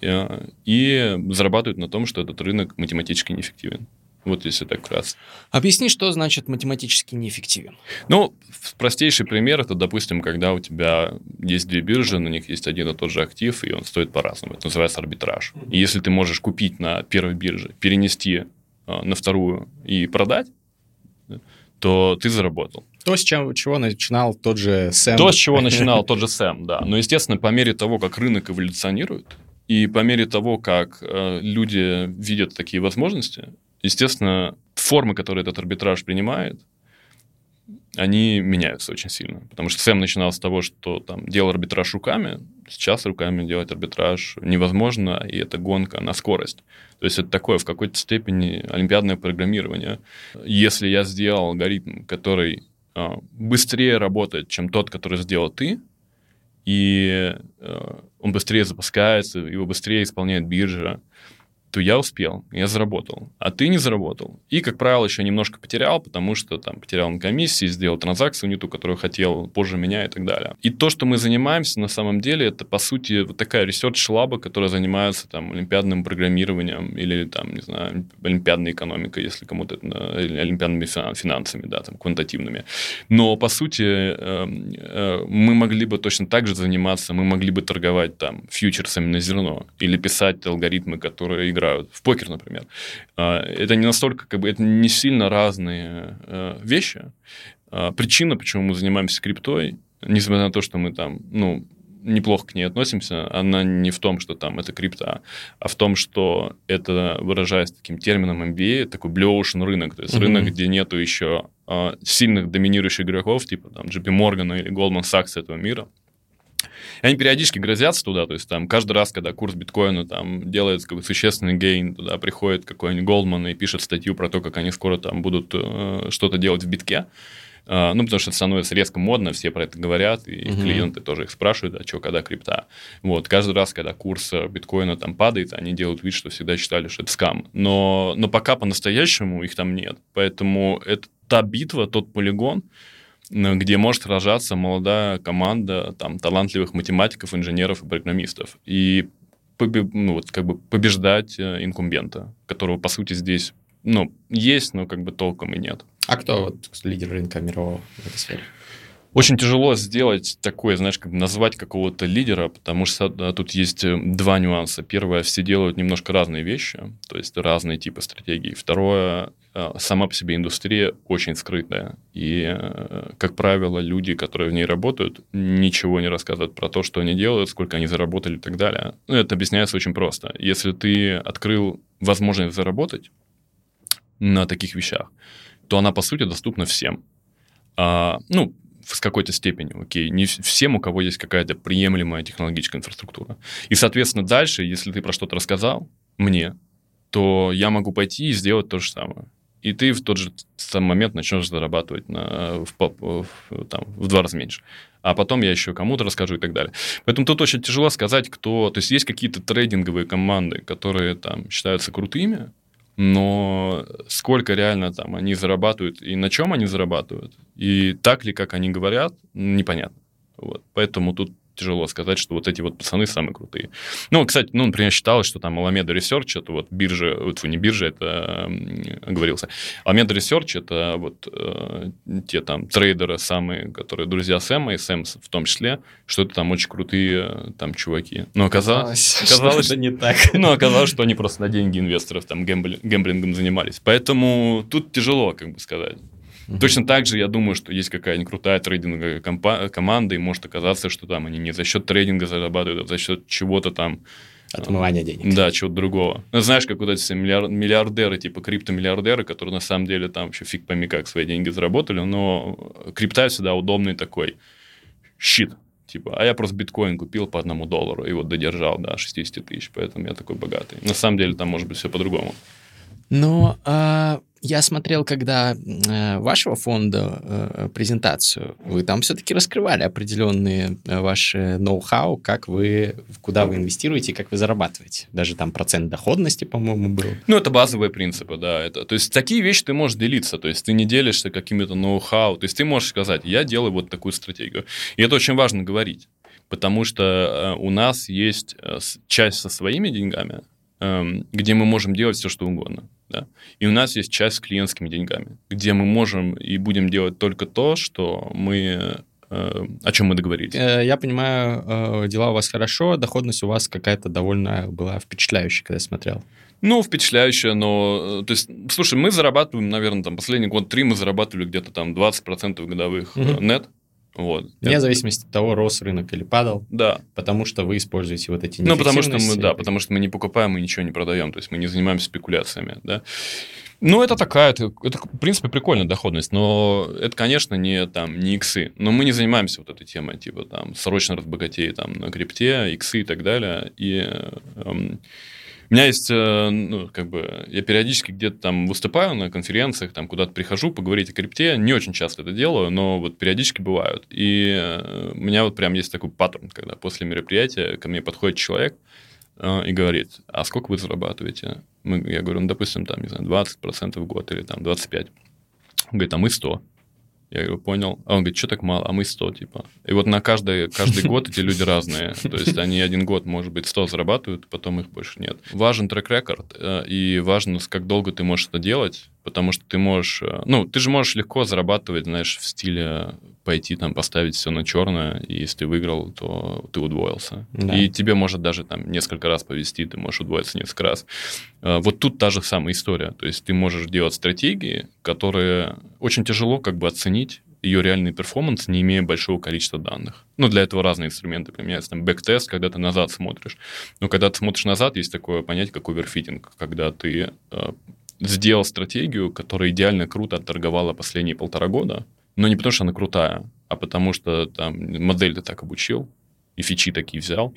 И зарабатывают на том, что этот рынок математически неэффективен. Вот если так вкратце. Объясни, что значит математически неэффективен? Ну, простейший пример – это, допустим, когда у тебя есть 2 биржи, на них есть один и тот же актив, и он стоит по-разному. Это называется арбитраж. И если ты можешь купить на первой бирже, перенести на вторую и продать, то ты заработал. То, с чего начинал тот же Сэм. То, с чего начинал тот же Сэм, да. Но, естественно, по мере того, как рынок эволюционирует, и по мере того, как люди видят такие возможности, естественно, формы, которые этот арбитраж принимает, они меняются очень сильно. Потому что Сэм начинал с того, что там делал арбитраж руками, сейчас руками делать арбитраж невозможно, и это гонка на скорость. То есть это такое в какой-то степени олимпиадное программирование. Если я сделал алгоритм, который быстрее работает, чем тот, который сделал ты, и он быстрее запускается, его быстрее исполняет биржа, то я успел, я заработал, а ты не заработал. И, как правило, еще немножко потерял, потому что там потерял на комиссии, сделал транзакцию не ту, которую хотел, позже меня и так далее. И то, что мы занимаемся, на самом деле, это, по сути, вот такая research-лаба, которая занимается там олимпиадным программированием или, там, не знаю, олимпиадной экономикой, если кому-то, или олимпиадными финансами, да, там, квантативными. Но, по сути, мы могли бы точно так же заниматься, мы могли бы торговать там фьючерсами на зерно или писать алгоритмы, которые играют в покер, например. Это не настолько, как бы, это не сильно разные вещи. Причина, почему мы занимаемся криптой, несмотря на то, что мы там, ну, неплохо к ней относимся, она не в том, что там это крипта, а в том, что это, выражаясь таким термином MBA, такой blue ocean рынок, то есть рынок, где нету еще сильных доминирующих игроков, типа там JP Morgan или Goldman Sachs этого мира. И они периодически грозятся туда, то есть там каждый раз, когда курс биткоина там делает какой-то существенный гейн, туда приходит какой-нибудь Голдман и пишет статью про то, как они скоро там будут что-то делать в битке. Ну, потому что это становится резко модно, все про это говорят, и клиенты тоже их спрашивают, а что, когда крипта. Вот, каждый раз, когда курс биткоина там падает, они делают вид, что всегда считали, что это скам. Но пока по-настоящему их там нет. Поэтому это та битва, тот полигон, где может сражаться молодая команда там, талантливых математиков, инженеров и программистов. И ну, вот, как бы побеждать инкумбента, которого, по сути, здесь есть, но как бы толком и нет. А кто вот лидер рынка мирового в этой сфере? Очень тяжело сделать такое, знаешь, как назвать какого-то лидера, потому что тут есть два нюанса. Первое, все делают немножко разные вещи, то есть разные типы стратегий. Второе, сама по себе индустрия очень скрытая. И, как правило, люди, которые в ней работают, ничего не рассказывают про то, что они делают, сколько они заработали и так далее. Ну, это объясняется очень просто. Если ты открыл возможность заработать на таких вещах, то она, по сути, доступна всем. С какой-то степенью, окей, не всем, у кого есть какая-то приемлемая технологическая инфраструктура. И, соответственно, дальше, если ты про что-то рассказал мне, то я могу пойти и сделать то же самое. И ты в тот же самый момент начнешь зарабатывать в 2 раза меньше. А потом я еще кому-то расскажу и так далее. Поэтому тут очень тяжело сказать, кто... То есть есть какие-то трейдинговые команды, которые там считаются крутыми, но сколько реально там они зарабатывают и на чем они зарабатывают, и так ли, как они говорят, непонятно. Вот. Поэтому тут тяжело сказать, что вот эти вот пацаны самые крутые. Ну, кстати, например, считалось, что там Alameda Research, это вот биржа, не биржа, это оговорился. Alameda Research, это вот те там трейдеры самые, которые друзья Сэма, и Сэм в том числе, что это там очень крутые там чуваки. Но оказалось что это не так. Ну, оказалось, что они просто на деньги инвесторов там гэмблингом занимались. Поэтому тут тяжело, как бы сказать. Точно так же, я думаю, что есть какая-нибудь крутая трейдинговая команда, и может оказаться, что там они не за счет трейдинга зарабатывают, а за счет чего-то там... Отмывания денег. Да, чего-то другого. Ну, знаешь, как вот эти все миллиардеры, типа криптомиллиардеры, которые на самом деле там еще фиг пойми как свои деньги заработали, но крипта всегда удобный такой щит. Типа, а я просто биткоин купил по $1, и вот додержал до 60 тысяч, поэтому я такой богатый. На самом деле там может быть все по-другому. Но я смотрел, когда вашего фонда презентацию, вы там все-таки раскрывали определенные ваши ноу-хау, куда вы инвестируете и как вы зарабатываете. Даже там процент доходности, по-моему, был. Ну, это базовые принципы, да. То есть, такие вещи ты можешь делиться, то есть, ты не делишься какими-то ноу-хау, то есть, ты можешь сказать, я делаю вот такую стратегию. И это очень важно говорить, потому что у нас есть часть со своими деньгами, где мы можем делать все, что угодно. Да? И у нас есть часть с клиентскими деньгами, где мы можем и будем делать только то, что о чем мы договорились. Я понимаю, дела у вас хорошо, доходность у вас какая-то довольно была впечатляющая, когда я смотрел. Ну, впечатляющая, но... То есть, слушай, мы зарабатываем, наверное, там, последний год 3 мы зарабатывали где-то там 20% годовых нет. Вот. Вне зависимости от того, рос рынок или падал. Да. Потому что вы используете вот эти неэффективности. Потому что мы не покупаем и ничего не продаем. То есть, мы не занимаемся спекуляциями. Да? Ну, это в принципе, прикольная доходность. Но это, конечно, не иксы. Но мы не занимаемся вот этой темой, типа, там, срочно разбогатей там, на крипте, иксы и так далее. И... У меня есть, я периодически где-то там выступаю на конференциях, там куда-то прихожу поговорить о крипте. Не очень часто это делаю, но вот периодически бывают. И у меня вот прям есть такой паттерн, когда после мероприятия ко мне подходит человек, и говорит, а сколько вы зарабатываете? Я говорю, ну, допустим, там, не знаю, 20% в год или там 25%. Он говорит, а мы 100%. Я его понял. А он говорит, что так мало? А мы 100, типа. И вот на каждый год эти люди разные. То есть они один год, может быть, 100 зарабатывают, потом их больше нет. Важен трек-рекорд, и важно, как долго ты можешь это делать, потому что ты можешь... Ну, ты же можешь легко зарабатывать, знаешь, в стиле пойти там поставить все на черное, и если ты выиграл, то ты удвоился. Да. И тебе может даже там несколько раз повезти, ты можешь удвоиться несколько раз. Вот тут та же самая история. То есть ты можешь делать стратегии, которые очень тяжело как бы оценить ее реальный перформанс, не имея большого количества данных. Ну, для этого разные инструменты применяются. Там бэк-тест, когда ты назад смотришь. Но когда ты смотришь назад, есть такое понятие, как оверфитинг, когда ты сделал стратегию, которая идеально круто отторговала последние 1,5 года, но не потому, что она крутая, а потому что там модель ты так обучил, и фичи такие взял,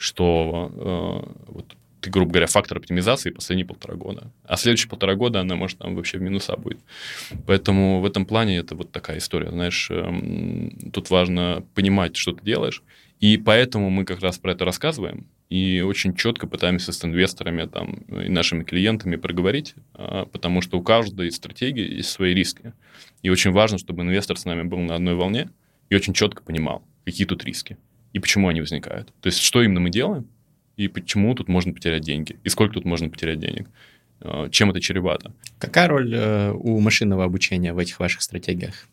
что вот ты, грубо говоря, фактор оптимизации последние 1,5 года. А следующие 1,5 года она, может, там вообще в минуса будет. Поэтому в этом плане это вот такая история. Знаешь, тут важно понимать, что ты делаешь. И поэтому мы как раз про это рассказываем. И очень четко пытаемся с инвесторами там, и нашими клиентами проговорить, потому что у каждой стратегии есть свои риски. И очень важно, чтобы инвестор с нами был на одной волне и очень четко понимал, какие тут риски и почему они возникают. То есть, что именно мы делаем, и почему тут можно потерять деньги, и сколько тут можно потерять денег, чем это чревато. Какая роль у машинного обучения в этих ваших стратегиях?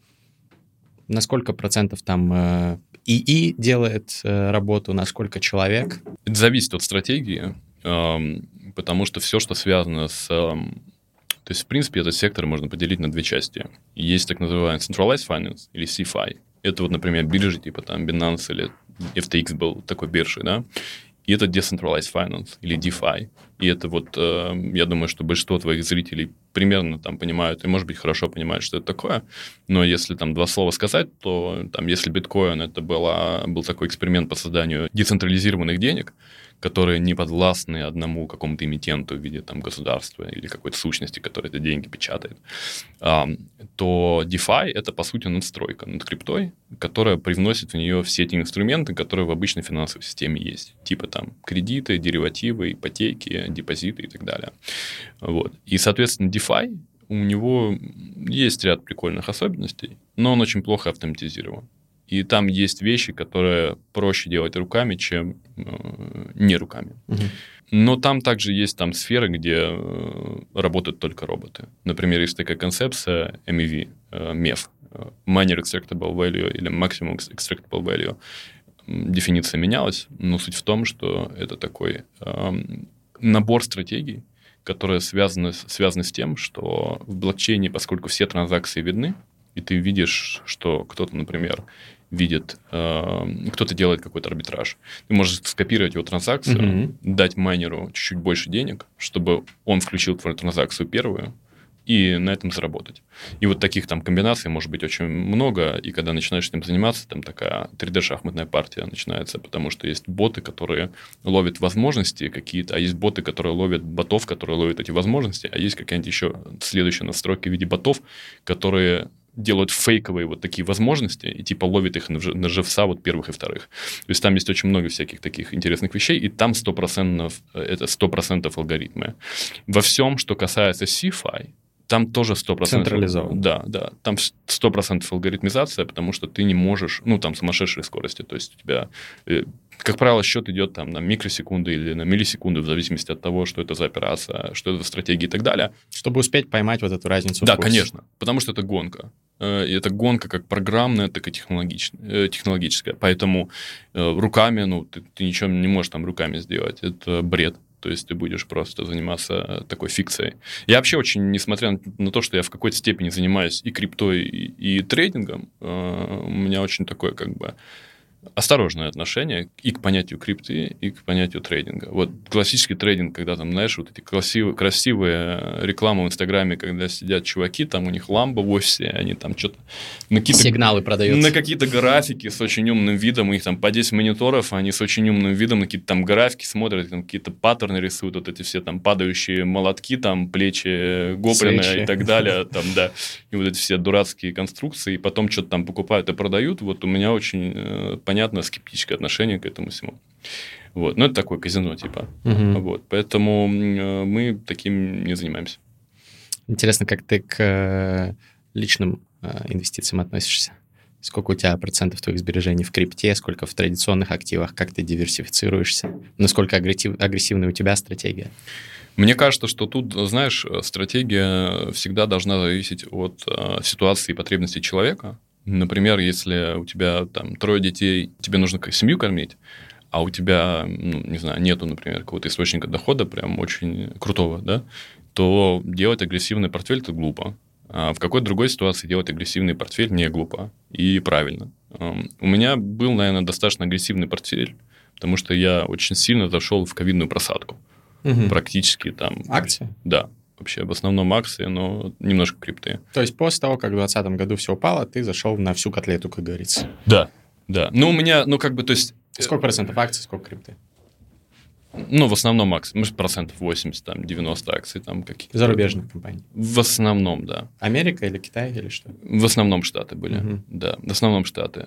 На сколько процентов там ИИ делает работу, на сколько человек? Это зависит от стратегии, потому что все, что связано с... То есть, в принципе, этот сектор можно поделить на 2 части. Есть так называемый Centralized Finance или CFI. Это вот, например, биржи типа там Binance или FTX был такой биржей, да? И это Decentralized Finance или DeFi. И это вот, я думаю, что большинство твоих зрителей примерно там понимают, и, может быть, хорошо понимают, что это такое. Но если там 2 слова сказать, то там, если биткоин, это был такой эксперимент по созданию децентрализированных денег, которые не подвластны одному какому-то эмитенту в виде там, государства или какой-то сущности, которая эти деньги печатает, то DeFi — это, по сути, надстройка над криптой, которая привносит в нее все эти инструменты, которые в обычной финансовой системе есть. Типа там кредиты, деривативы, ипотеки, депозиты и так далее. Вот. И, соответственно, DeFi, у него есть ряд прикольных особенностей, но он очень плохо автоматизирован. И там есть вещи, которые проще делать руками, чем не руками. Угу. Но там также есть там сферы, где работают только роботы. Например, есть такая концепция MEV, MEF, Minor Extractable Value или Maximum Extractable Value. Дефиниция менялась, но суть в том, что это такой набор стратегий, которые связаны с тем, что в блокчейне, поскольку все транзакции видны, и ты видишь, что кто-то, например, видит, кто-то делает какой-то арбитраж. Ты можешь скопировать его транзакцию, дать майнеру чуть-чуть больше денег, чтобы он включил твою транзакцию первую, и на этом заработать. И вот таких там комбинаций может быть очень много, и когда начинаешь этим заниматься, там такая 3D-шахматная партия начинается, потому что есть боты, которые ловят возможности какие-то, а есть боты, которые ловят ботов, которые ловят эти возможности, а есть какая-нибудь еще следующая настройка в виде ботов, которые делают фейковые вот такие возможности и типа ловят их на живца вот первых и вторых. То есть там есть очень много всяких таких интересных вещей, и там 100% это 100% алгоритмы. Во всем, что касается CFI, там тоже 100%. Централизован. Да. Там 100% алгоритмизация, потому что ты не можешь, там сумасшедшие скорости. То есть у тебя, как правило, счет идет там на микросекунды или на миллисекунды, в зависимости от того, что это за операция, что это за стратегия и так далее. Чтобы успеть поймать вот эту разницу. Да, конечно. Потому что это гонка. И это гонка как программная, так и технологическая. Поэтому руками, ты ничего не можешь там руками сделать. Это бред. То есть ты будешь просто заниматься такой фикцией. Я вообще очень, несмотря на то, что я в какой-то степени занимаюсь и криптой, и трейдингом, у меня очень такое как бы осторожное отношение и к понятию крипты, и к понятию трейдинга. Вот классический трейдинг, когда там, знаешь, вот эти красивые рекламы в Инстаграме, когда сидят чуваки, там у них ламбо в офисе, они там что-то... Сигналы продают. На какие-то графики с очень умным видом, у них там по 10 мониторов, они с очень умным видом на какие-то там графики смотрят, там какие-то паттерны рисуют, вот эти все там падающие молотки, там плечи гоблина и так далее, там, да, и вот эти все дурацкие конструкции, и потом что-то там покупают и продают. Вот у меня очень понятно скептическое отношение к этому всему. Вот. Но это такое казино, типа. Вот. Поэтому мы таким не занимаемся. Интересно, как ты к личным инвестициям относишься? Сколько у тебя процентов твоих сбережений в крипте, сколько в традиционных активах, как ты диверсифицируешься, насколько агрессивная у тебя стратегия? Мне кажется, что тут, знаешь, стратегия всегда должна зависеть от ситуации и потребностей человека. Например, если у тебя там 3 детей, тебе нужно семью кормить, а у тебя, не знаю, нету, например, какого-то источника дохода прям очень крутого, да, то делать агрессивный портфель – это глупо. А в какой-то другой ситуации делать агрессивный портфель не глупо и правильно. У меня был, наверное, достаточно агрессивный портфель, потому что я очень сильно зашел в ковидную просадку. Практически там... Акции? Да. Вообще в основном акции, но немножко крипты. То есть после того, как в 2020 году все упало, ты зашел на всю котлету, как говорится? Да. Ну, у меня, то есть... Сколько процентов акций, сколько крипты? В основном акции. Может, 80%, там, 90% акций там какие-то. Зарубежных компаний? В основном, да. Америка или Китай, или что? В основном Штаты были, да. В основном Штаты.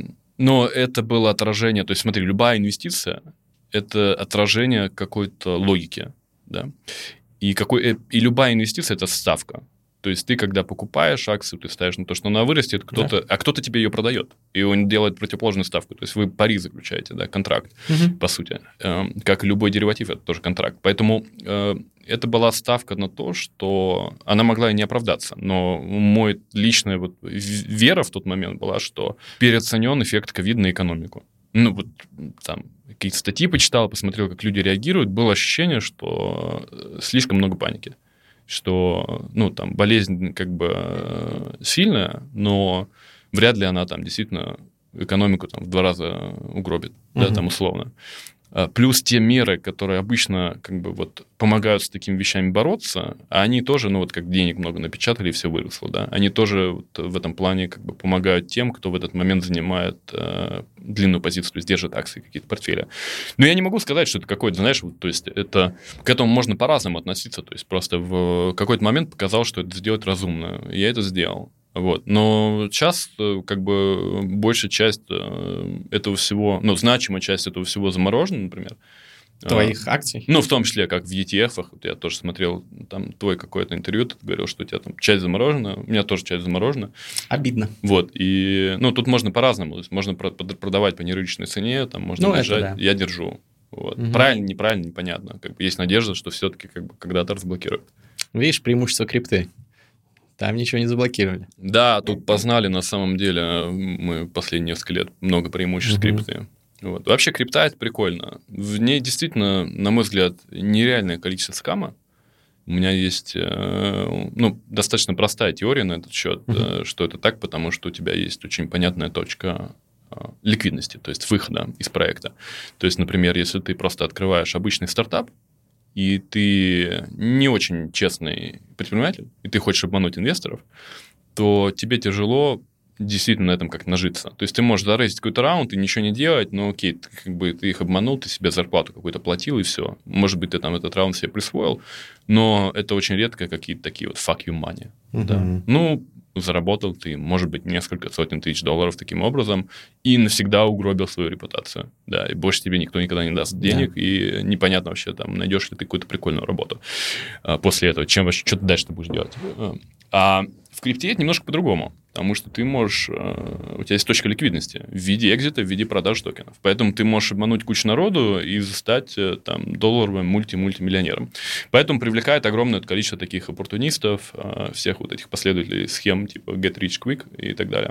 Но это было отражение... То есть, смотри, любая инвестиция – это отражение какой-то логики, да. И любая инвестиция – это ставка. То есть ты, когда покупаешь акцию, ты ставишь на то, что она вырастет, а кто-то тебе ее продает. И он делает противоположную ставку. То есть вы пари заключаете, да, контракт, по сути. Как любой дериватив, это тоже контракт. Поэтому это была ставка на то, что она могла и не оправдаться. Но моя личная вера в тот момент была, что переоценен эффект ковида на экономику. Там какие-то статьи почитал, посмотрел, как люди реагируют. Было ощущение, что слишком много паники. Что, там, болезнь как бы сильная, но вряд ли она там действительно экономику там в 2 раза угробит, да, там условно. Плюс те меры, которые обычно как бы помогают с такими вещами бороться, они тоже, как денег много напечатали, и все выросло, да, они тоже в этом плане как бы помогают тем, кто в этот момент занимает длинную позицию, то есть держит акции, какие-то портфели. Но я не могу сказать, что это какой-то, знаешь, то есть к этому можно по-разному относиться, то есть просто в какой-то момент показалось, что это сделать разумно, и я это сделал. Но сейчас как бы большая часть этого всего, значимая часть этого всего заморожена, например. Твоих акций? В том числе, как в ETF-ах. Я тоже смотрел там твое какое-то интервью, ты говорил, что у тебя там часть заморожена, у меня тоже часть заморожена. Обидно. И, тут можно по-разному. То есть можно продавать по нерыночной цене, там можно держать. Да. Я держу. Правильно, неправильно, непонятно. Как бы есть надежда, что все-таки как бы когда-то разблокируют. Видишь, преимущество крипты. Там ничего не заблокировали. Да, тут познали, на самом деле, мы последние несколько лет много преимуществ крипты. Вообще крипта – это прикольно. В ней действительно, на мой взгляд, нереальное количество скама. У меня есть достаточно простая теория на этот счет, что это так, потому что у тебя есть очень понятная точка ликвидности, то есть выхода из проекта. То есть, например, если ты просто открываешь обычный стартап, и ты не очень честный предприниматель, и ты хочешь обмануть инвесторов, то тебе тяжело действительно на этом как нажиться. То есть ты можешь зарейзить какой-то раунд и ничего не делать, но окей, ты их обманул, ты себе зарплату какую-то платил, и все. Может быть, ты там этот раунд себе присвоил, но это очень редко какие-то такие fuck you money. Да. Заработал ты, может быть, несколько сотен тысяч долларов таким образом и навсегда угробил свою репутацию. Да, и больше тебе никто никогда не даст денег, и непонятно вообще, там, найдешь ли ты какую-то прикольную работу после этого, что ты дальше будешь делать. А в крипте это немножко по-другому, потому что ты можешь... У тебя есть точка ликвидности в виде экзита, в виде продаж токенов. Поэтому ты можешь обмануть кучу народу и стать там долларовым мультимиллионером. Поэтому привлекает огромное количество таких оппортунистов, всех этих последователей схем типа Get Rich Quick и так далее.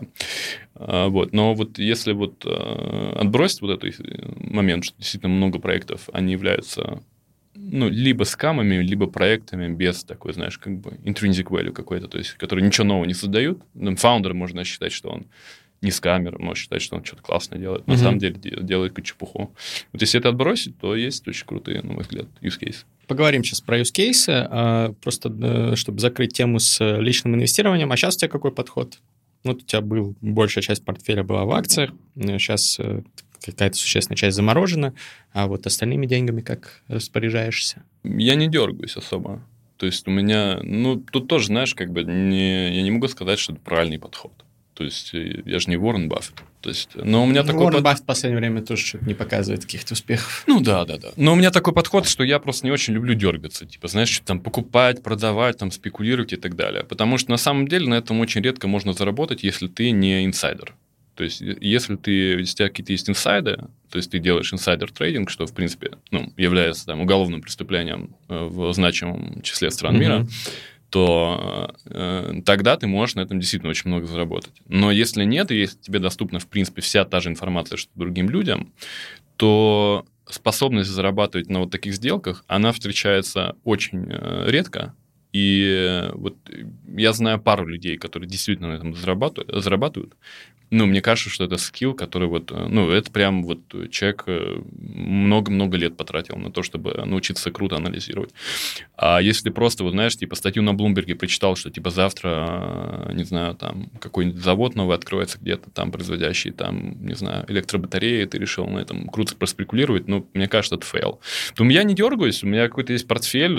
Но если отбросить этот момент, что действительно много проектов, они являются... либо скамами, либо проектами без такой, знаешь, как бы intrinsic value какой-то, то есть, которые ничего нового не создают. Фаундер можно считать, что он не скамер, можно считать, что он что-то классное делает. На самом деле делает какую-то чепуху. Если это отбросить, то есть очень крутые, на мой взгляд, use case. Поговорим сейчас про use case, просто чтобы закрыть тему с личным инвестированием. А сейчас у тебя какой подход? У тебя большая часть портфеля была в акциях, сейчас какая-то существенная часть заморожена, а остальными деньгами как распоряжаешься? Я не дергаюсь особо. То есть у меня... тут тоже, знаешь, как бы я не могу сказать, что это правильный подход. То есть я же не Уоррен Баффет. То есть, но у меня такой Уоррен Баффет в последнее время тоже что-то не показывает каких-то успехов. Ну да. Но у меня такой подход, что я просто не очень люблю дергаться. Типа, знаешь, что там покупать, продавать, там спекулировать и так далее. Потому что на самом деле на этом очень редко можно заработать, если ты не инсайдер. То есть, если у тебя какие-то есть инсайды, то есть ты делаешь инсайдер-трейдинг, что, в принципе, является там, уголовным преступлением в значимом числе стран мира, то тогда ты можешь на этом действительно очень много заработать. Но если нет, и если тебе доступна, в принципе, вся та же информация, что другим людям, то способность зарабатывать на вот таких сделках, она встречается очень редко. И вот я знаю пару людей, которые действительно на этом зарабатывают. Мне кажется, что это скилл, который это прям вот человек много-много лет потратил на то, чтобы научиться круто анализировать. А если просто, знаешь, типа статью на Блумберге прочитал, что типа завтра, не знаю, там какой-нибудь завод новый откроется где-то там, производящий там, не знаю, электробатареи, ты решил на этом круто проспекулировать, мне кажется, это фейл. То я не дергаюсь, у меня какой-то есть портфель,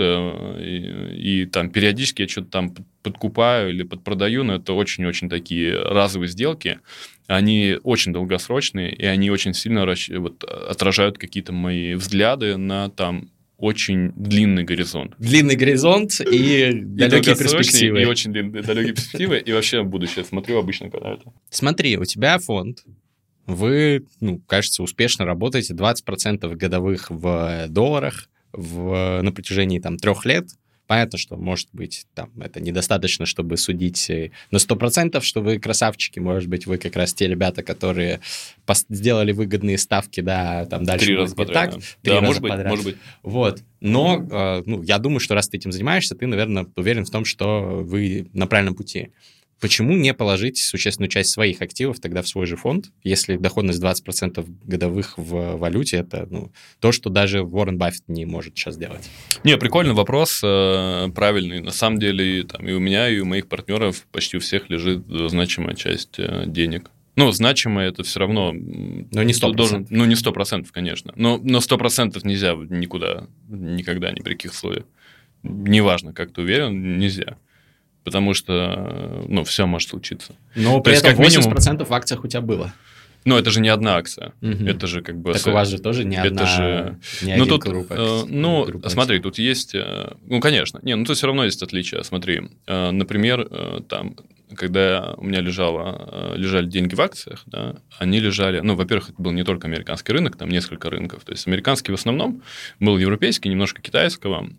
и там периодически я что-то там подкупаю или подпродаю, но это очень-очень такие разовые сделки. Они очень долгосрочные, и они очень сильно отражают какие-то мои взгляды на там очень длинный горизонт. Длинный горизонт и далекие перспективы. И очень далекие перспективы, и вообще будущее смотрю обычно когда это. Смотри, у тебя фонд, вы, кажется, успешно работаете 20% годовых в долларах на протяжении там 3 лет. Понятно, что, может быть, там это недостаточно, чтобы судить на 100%, что вы красавчики. Может быть, вы как раз те ребята, которые сделали выгодные ставки, да, там дальше 3 раза подряд. Так, 3 раза может подряд. Может быть. Вот. Но, я думаю, что раз ты этим занимаешься, ты, наверное, уверен в том, что вы на правильном пути. Почему не положить существенную часть своих активов тогда в свой же фонд, если доходность 20% годовых в валюте, это то, что даже Уоррен Баффет не может сейчас делать? Не, прикольный вопрос, правильный. На самом деле и у меня, и у моих партнеров почти у всех лежит значимая часть денег. Значимое это все равно... Но не 100%. Не 100%, конечно. Но 100% нельзя никогда, ни при каких условиях. Неважно, как ты уверен, нельзя. Потому что, все может случиться. Но при этом 80% в акциях у тебя было. Это же не одна акция. Угу. Это же как бы... Так у вас же тоже не одна... Не один группа. Смотри, тут есть... конечно. Тут все равно есть отличия. Смотри, например, там, когда у меня лежали деньги в акциях, да, они лежали... во-первых, это был не только американский рынок, там несколько рынков. То есть американский в основном, был европейский, немножко китайского.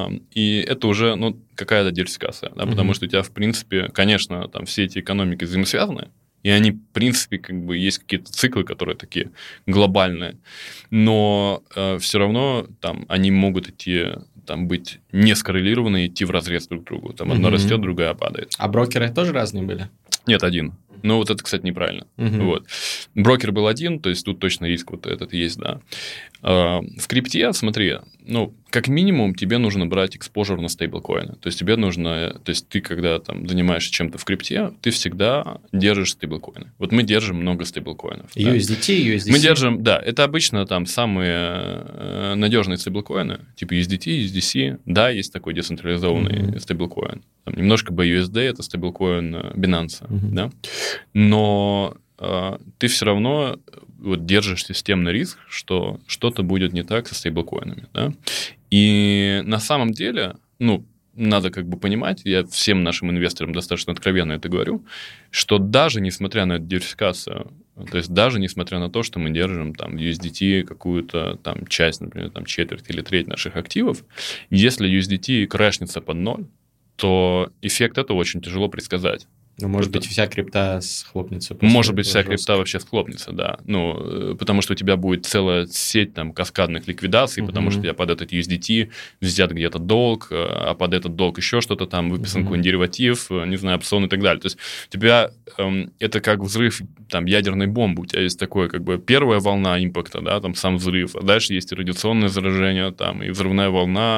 И это уже, какая-то диверсификация. Да, потому что у тебя, в принципе, конечно, там все эти экономики взаимосвязаны. И они, в принципе, есть какие-то циклы, которые такие глобальные. Но все равно там они могут быть не скоррелированы, идти вразрез друг к другу. Там одна растет, другая падает. А брокеры тоже разные были? Нет, один. Но это, кстати, неправильно. Вот. Брокер был один, то есть тут точно риск этот есть, да. В крипте, смотри, как минимум тебе нужно брать экспожер на стейблкоины. То есть тебе нужно... То есть ты, когда там занимаешься чем-то в крипте, ты всегда держишь стейблкоины. Вот мы держим много стейблкоинов. USDT, USDC. Мы держим, да, это обычно там самые надежные стейблкоины, типа USDT, USDC. Да, есть такой децентрализованный стейблкоин. Там немножко BUSD, это стейблкоин Binance, да. Но ты все равно держишь системный риск, что что-то будет не так со стейблкоинами, да. И на самом деле, надо понимать, я всем нашим инвесторам достаточно откровенно это говорю, что даже несмотря на эту диверсификацию, то есть даже несмотря на то, что мы держим там в USDT какую-то там часть, например, там четверть или треть наших активов, если USDT крашнется под 0, то эффект этого очень тяжело предсказать. Может быть, вся крипта схлопнется. Может быть, вся крипта вообще схлопнется, да. Потому что у тебя будет целая сеть там каскадных ликвидаций, потому что у тебя под этот USDT взят где-то долг, а под этот долг еще что-то там, выписан какой-нибудь дериватив, не знаю, опцион и так далее. То есть у тебя это как взрыв там ядерной бомбы. У тебя есть такое первая волна импакта, да, там сам взрыв, а дальше есть и радиационное заражение, там, и взрывная волна,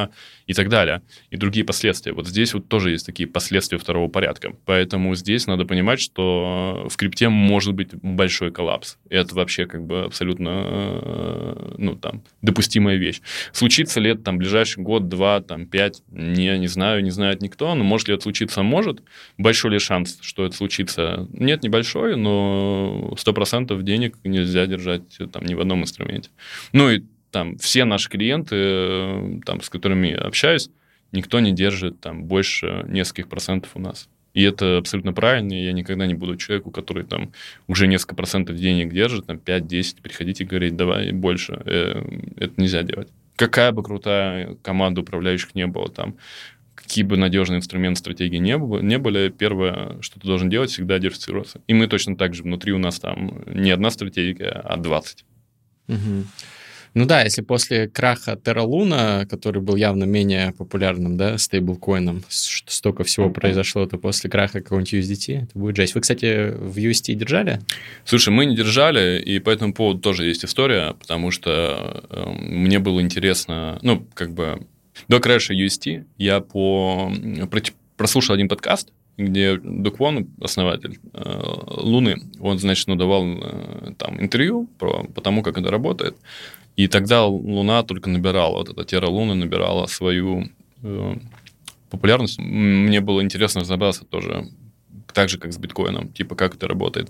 и так далее, и другие последствия. Вот здесь вот тоже есть такие последствия второго порядка. Поэтому здесь надо понимать, что в крипте может быть большой коллапс. И это вообще как бы абсолютно, ну, там, допустимая вещь. Случится ли это там ближайший год, 2, там, 5, не знаю, не знает никто, но может ли это случиться? Может. Большой ли шанс, что это случится? Нет, небольшой, но 100% денег нельзя держать там ни в одном инструменте. Ну и там все наши клиенты, там, с которыми я общаюсь, никто не держит там больше нескольких процентов у нас. И это абсолютно правильно, и я никогда не буду человеку, который там уже несколько процентов денег держит, там 5-10, приходите и говорить, давай больше. Это нельзя делать. Какая бы крутая команда управляющих не было там, какие бы надежные инструменты, стратегии не были, первое, что ты должен делать, всегда диверсифицироваться. И мы точно так же, внутри у нас там не одна стратегия, а 20. Угу. Ну да, если после краха Terra Luna, который был явно менее популярным, да, стейблкоином, столько всего произошло, то после краха какого-нибудь USDT это будет жесть. Вы, кстати, в UST держали? Слушай, мы не держали, и по этому поводу тоже есть история, потому что мне было интересно, ну, как бы до краша UST я прослушал один подкаст, где До Квон, основатель Луны, он, значит, давал там интервью по тому, как это работает. И тогда Луна только набирала, вот эта Terra Luna набирала свою популярность. Мне было интересно разобраться тоже, так же, как с биткоином, типа, как это работает.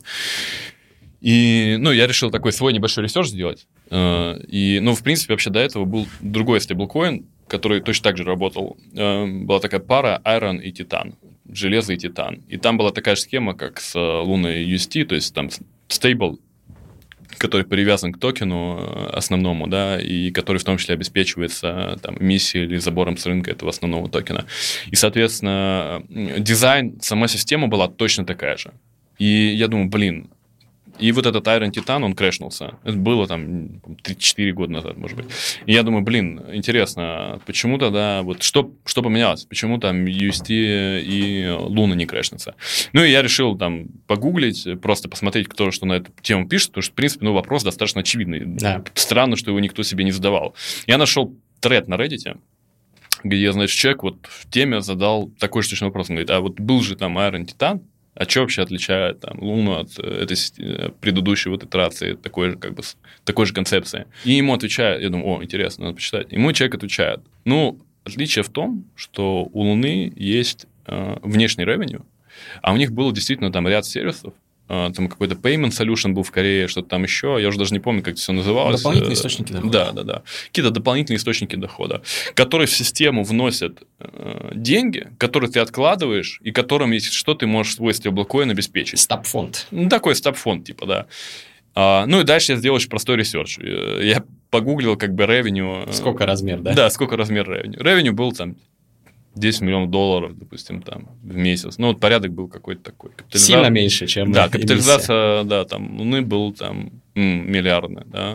И, ну, я решил такой свой небольшой ресерч сделать. И, ну, в принципе, вообще до этого был другой стейблкоин, который точно так же работал. Была такая пара Iron и Титан. Железо и Титан. И там была такая же схема, как с Луной UST, то есть там стейбл, который привязан к токену основному, да, и который в том числе обеспечивается там, эмиссией или забором с рынка этого основного токена. И, соответственно, дизайн, сама система была точно такая же. И я думаю, блин, и вот этот Iron Titan, он крэшнулся. Это было там 3-4 года назад, может быть. И я думаю, блин, интересно, почему тогда, вот что поменялось? Почему там UST и Luna не крэшнутся? Ну, и я решил там погуглить, просто посмотреть, кто что на эту тему пишет, потому что, в принципе, ну, вопрос достаточно очевидный. Да. Странно, что его никто себе не задавал. Я нашел тред на Reddit, где, значит, человек вот в теме задал такой же точно вопрос. Он говорит, а вот был же там Iron Titan, а что вообще отличает там, Луну от этой предыдущей вот итерации такой же концепции? И ему отвечают, я думаю, о, интересно, надо почитать. Ему человек отвечает, ну, отличие в том, что у Луны есть внешний revenue, а у них было действительно там ряд сервисов, там какой-то payment solution был в Корее, что-то там еще, я уже даже не помню, как это все называлось. Дополнительные источники дохода. Да. Какие-то дополнительные источники дохода, которые в систему вносят деньги, которые ты откладываешь, и которым, если что, ты можешь свой стейблкоин обеспечить. Стабфонд. Ну, такой стабфонд, типа, да. Ну, и дальше я сделал очень простой ресерч. Я погуглил, как бы, revenue. Сколько размер, да? Да, сколько размер revenue. Revenue был там 10 миллионов долларов, допустим, там, в месяц. Ну, вот порядок был какой-то такой. Сильно меньше, чем да, капитализация, да, там, Луны был там миллиардная, да.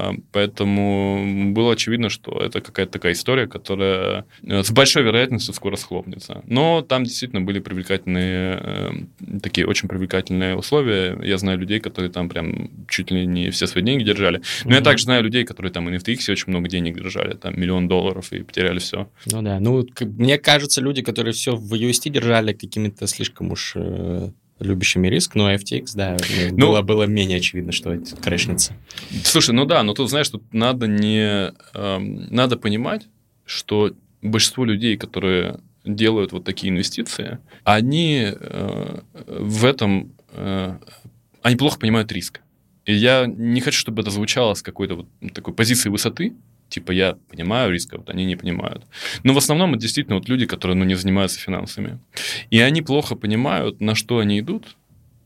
Поэтому было очевидно, что это какая-то такая история, которая с большой вероятностью скоро схлопнется. Но там действительно были привлекательные, такие очень привлекательные условия. Я знаю людей, которые там прям чуть ли не все свои деньги держали. Но я также знаю людей, которые там и на FTX очень много денег держали, там $1 миллион и потеряли все. Ну да, ну мне кажется, люди, которые все в UST держали, какими-то слишком уж любящими риск, но FTX, да, было менее очевидно, что это крэшнется. Слушай, ну да, но тут, знаешь, тут надо надо понимать, что большинство людей, которые делают вот такие инвестиции, они в этом, они плохо понимают риск. И я не хочу, чтобы это звучало с какой-то вот такой позиции высоты, типа я понимаю риск, вот они не понимают. Но в основном это действительно вот люди, которые не занимаются финансами. И они плохо понимают, на что они идут.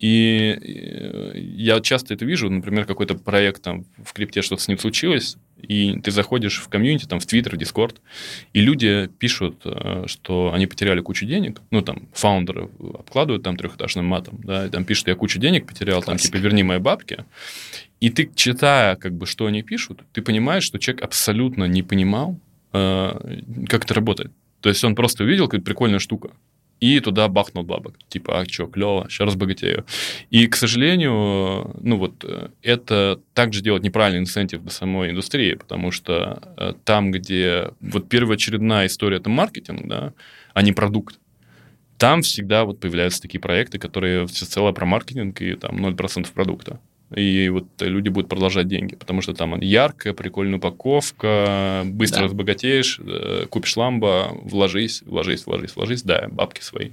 И я часто это вижу, например, какой-то проект там в крипте, что-то с ним случилось, и ты заходишь в комьюнити, там, в Твиттер, в Дискорд, и люди пишут, что они потеряли кучу денег, ну, там, фаундеры обкладывают там трехэтажным матом, да, и там пишут, я кучу денег потерял, там, типа, верни мои бабки. И ты, читая, как бы, что они пишут, ты понимаешь, что человек абсолютно не понимал, как это работает. То есть он просто увидел какую-то прикольную штуку, и туда бахнул бабок. Типа, а что, клево, сейчас разбогатею. И, к сожалению, это также делает неправильный инцентив для самой индустрии, потому что там, где вот первоочередная история — это маркетинг, да, а не продукт, там всегда вот появляются такие проекты, которые всецело про маркетинг и там 0% продукта. И вот люди будут продолжать деньги, потому что там яркая, прикольная упаковка, быстро разбогатеешь, купишь ламбо, вложись, да, бабки свои.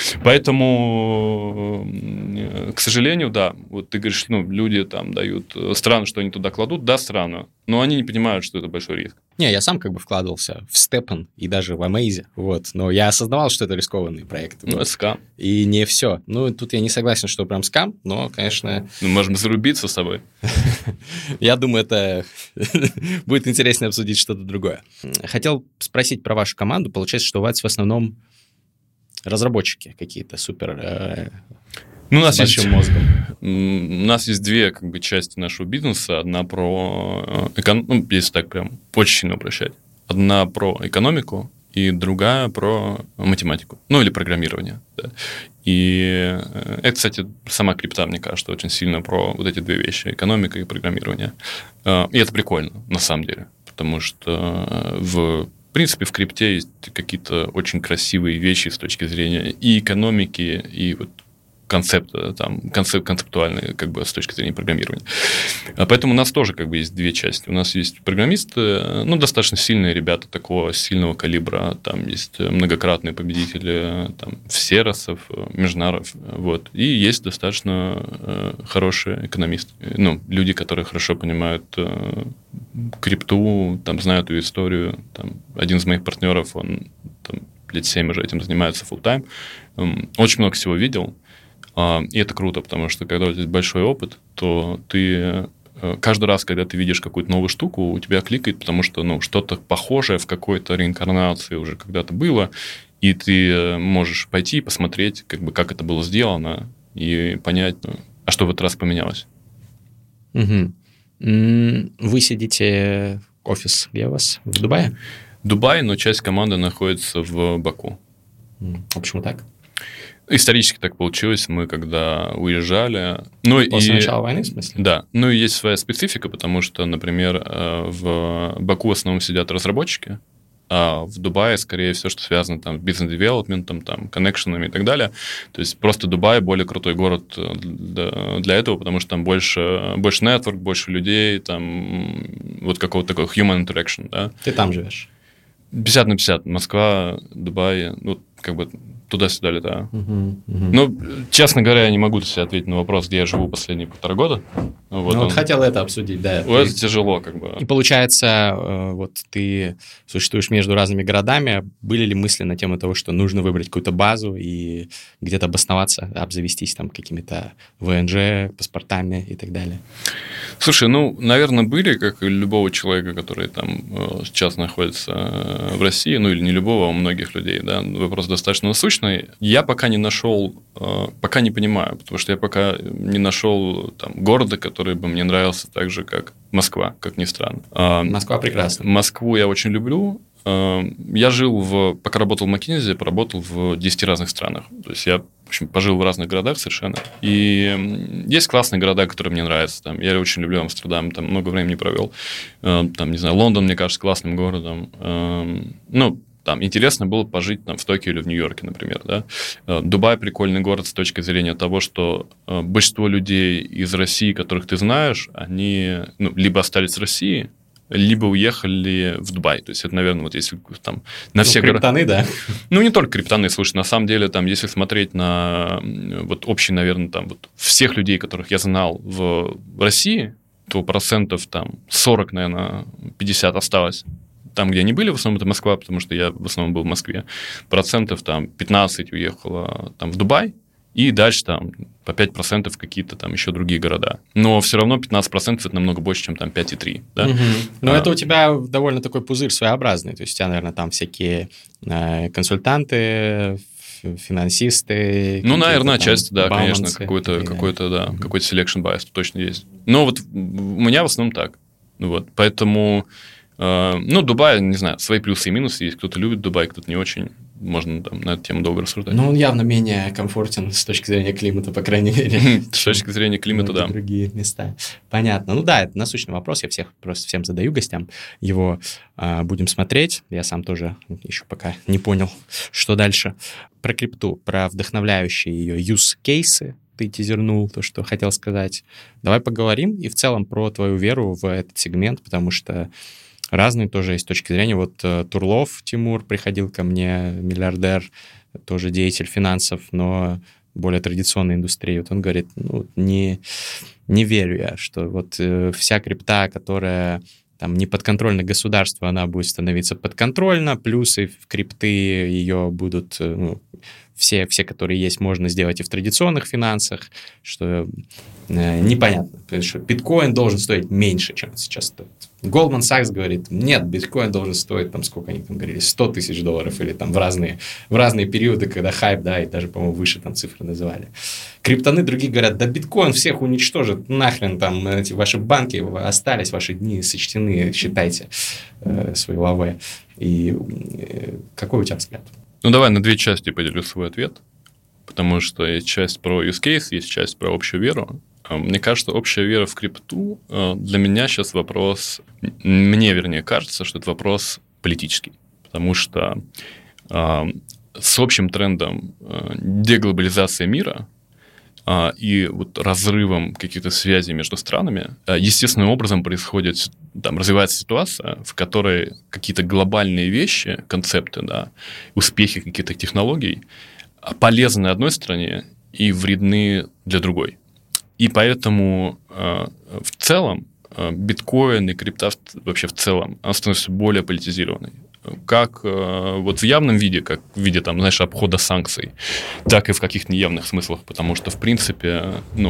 Поэтому, к сожалению, да, вот ты говоришь, люди там дают, странно, что они туда кладут, да, странно, но они не понимают, что это большой риск. Не, я сам как бы вкладывался в Степан и даже в Амейзе, вот, но я осознавал, что это рискованный проект. Это скам. И не все. Тут я не согласен, что прям скам, но, конечно... Можем зарубиться с собой. Я думаю, это будет интереснее обсудить что-то другое. Хотел спросить про вашу команду. Получается, что у вас в основном разработчики какие-то супер... У нас большим мозгом. У нас есть две части нашего бизнеса. Одна про если так прям очень сильно упрощать. Одна про экономику и другая про математику. Или программирование. Да. И это, кстати, сама крипта, мне кажется, очень сильно про вот эти две вещи. Экономика и программирование. И это прикольно, на самом деле. Потому что в принципе в крипте есть какие-то очень красивые вещи с точки зрения и экономики, и вот концептуальные, с точки зрения программирования. Поэтому у нас тоже есть две части. У нас есть программисты, достаточно сильные ребята такого сильного калибра. Там есть многократные победители Всеросов, Межнаров. Вот. И есть достаточно хорошие экономисты. Люди, которые хорошо понимают крипту, знают ее историю. Один из моих партнеров, он лет 7 уже этим занимается full-time. Очень много всего видел. И это круто, потому что когда у тебя есть большой опыт, то ты каждый раз, когда ты видишь какую-то новую штуку, у тебя кликает, потому что что-то похожее в какой-то реинкарнации уже когда-то было, и ты можешь пойти и посмотреть, как это было сделано, и понять, а что в этот раз поменялось. Угу. Вы сидите, офис где у вас? В Дубае? Дубай, но часть команды находится в Баку. А почему так? Исторически так получилось. Мы когда уезжали... После начала войны, в смысле? Да. И есть своя специфика, потому что, например, в Баку в основном сидят разработчики, а в Дубае, скорее всего, что связано с бизнес-девелопментом, коннекшенами и так далее. То есть просто Дубай более крутой город для этого, потому что там больше network, больше людей, вот какого-то такого human interaction. Да? Ты там живешь? 50/50. Москва, Дубай, туда-сюда летаю. Честно говоря, я не могу себе ответить на вопрос, где я живу последние 1,5 года. Хотел это обсудить, да. Это тяжело, И получается, ты существуешь между разными городами. Были ли мысли на тему того, что нужно выбрать какую-то базу и где-то обосноваться, обзавестись какими-то ВНЖ, паспортами и так далее? Слушай, наверное, были, как и любого человека, который сейчас находится в России, или не любого, а у многих людей, да, вопрос достаточно насущный. Я пока не нашел, пока не понимаю, потому что я пока не нашел города, который бы мне нравился так же, как Москва, как ни странно. Москва прекрасна. Москву я очень люблю. Я жил пока работал в McKinsey, поработал в 10 разных странах. То есть я, в общем, пожил в разных городах совершенно. И есть классные города, которые мне нравятся. Я очень люблю Амстердам, там много времени провел. Не знаю, Лондон, мне кажется, классным городом. Интересно было пожить в Токио или в Нью-Йорке, например. Да? Дубай прикольный город с точки зрения того, что большинство людей из России, которых ты знаешь, они либо остались в России, либо уехали в Дубай. То есть это, наверное, если на все криптоны, да? Не только криптоны. Слушай, на самом деле, если смотреть на общий, наверное, всех людей, которых я знал в России, то 40%, наверное, 50 осталось. Там, где они были, в основном это Москва, потому что я в основном был в Москве. 15% уехало в Дубай, и дальше по 5% какие-то еще другие города. Но все равно 15% это намного больше, чем 5,3. Да? Но это у тебя довольно такой пузырь своеобразный. То есть у тебя, наверное, всякие консультанты, финансисты. Наверное, отчасти, да, конечно, какой-то selection bias точно есть. Но вот у меня в основном так. Поэтому... Дубай, не знаю, свои плюсы и минусы есть. Кто-то любит Дубай, кто-то не очень. можно там на эту тему долго рассуждать. Ну, он явно менее комфортен с точки зрения климата, по крайней мере. С точки зрения климата, да. Другие места. Понятно. Ну да, это насущный вопрос, я просто всем задаю гостям. Его будем смотреть. Я сам тоже еще пока не понял, что дальше. Про крипту, про вдохновляющие ее use-кейсы ты тизернул, то, что хотел сказать. Давай поговорим и в целом про твою веру в этот сегмент, потому что разные тоже есть точки зрения. Вот Турлов Тимур приходил ко мне, миллиардер, тоже деятель финансов, но более традиционной индустрии. Вот он говорит, ну, не верю я, что вот вся крипта, которая там не подконтрольна государству, она будет становиться подконтрольна, плюсы в крипты ее будут, все, которые есть, можно сделать и в традиционных финансах, что непонятно, потому что биткоин должен стоить меньше, чем сейчас стоит. Goldman Sachs говорит, нет, биткоин должен стоить, там, сколько они там говорили, $100 тысяч, или там в разные периоды, когда хайп, да, и даже, по-моему, выше там цифры называли. Криптоны другие говорят, да биткоин всех уничтожит, нахрен там эти ваши банки остались, ваши дни сочтены, считайте свои лавы. И какой у тебя взгляд? Ну, давай на две части поделю свой ответ, потому что есть часть про use case, есть часть про общую веру. Мне кажется, общая вера в крипту для меня сейчас вопрос, мне, вернее, кажется, что это вопрос политический, потому что с общим трендом деглобализации мира и вот разрывом каких-то связей между странами, естественным образом происходит, там, развивается ситуация, в которой какие-то глобальные вещи, концепты, да, успехи каких-то технологий полезны одной стране и вредны для другой. И поэтому в целом биткоин и крипта вообще в целом, она становится более политизированной. Как вот в явном виде, как в виде, там, знаешь, обхода санкций, так и в каких-то неявных смыслах, потому что, в принципе,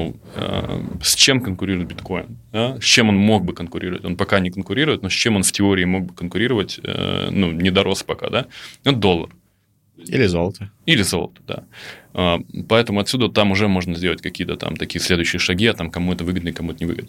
с чем конкурирует биткоин? Да? С чем он мог бы конкурировать? Он пока не конкурирует, но с чем он в теории мог бы конкурировать, не дорос пока, да? Это доллар. Или золото. Или золото, да. Поэтому отсюда там уже можно сделать какие-то там такие следующие шаги, а там кому это выгодно и кому это невыгодно.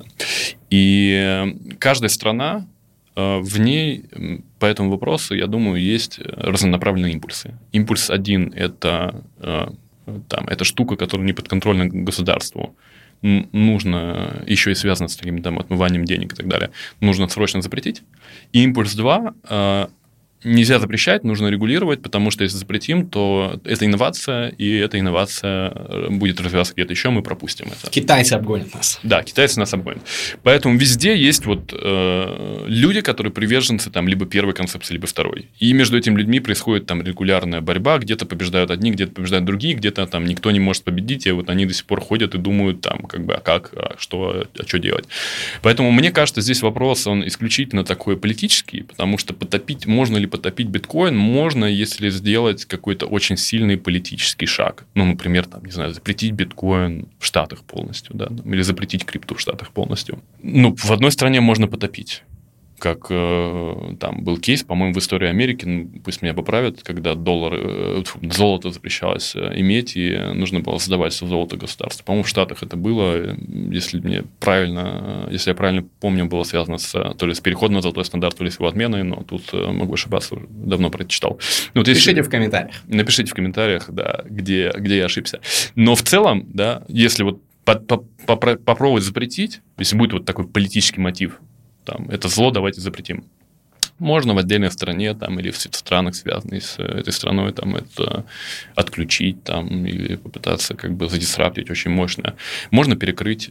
И каждая страна, в ней по этому вопросу, я думаю, есть разнонаправленные импульсы. Импульс один – это штука, которая не подконтрольна государству. Нужно, еще и связано с таким там отмыванием денег и так далее, нужно срочно запретить. И импульс 2 нельзя запрещать, нужно регулировать, потому что если запретим, то это инновация, и эта инновация будет развиваться где-то еще, мы пропустим это. Китайцы обгонят нас. Да, китайцы нас обгонят. Поэтому везде есть вот люди, которые приверженцы там либо первой концепции, либо второй. И между этими людьми происходит там регулярная борьба, где-то побеждают одни, где-то побеждают другие, где-то там никто не может победить, и вот они до сих пор ходят и думают там, как бы, что делать. Поэтому мне кажется, здесь вопрос, он исключительно такой политический, потому что можно ли потопить биткоин? Можно, если сделать какой-то очень сильный политический шаг. Например, там, не знаю, запретить биткоин в Штатах полностью, да, или запретить крипту в Штатах полностью. В одной стране можно потопить. Как там был кейс, по-моему, в истории Америки, пусть меня поправят, когда золото запрещалось иметь, и нужно было сдавать золото государству. По-моему, в Штатах это было, если я правильно помню, было связано то ли с переходом на золотой стандарт, то ли с его отменой, но тут могу ошибаться, давно прочитал. Пишите в комментариях. Напишите в комментариях, да, где я ошибся. Но в целом, да, если вот попробовать запретить, если будет вот такой политический мотив, там, это зло, давайте запретим. Можно в отдельной стране там, или в странах, связанных с этой страной, там, это отключить там, или попытаться как бы задисраптить очень мощно. Можно перекрыть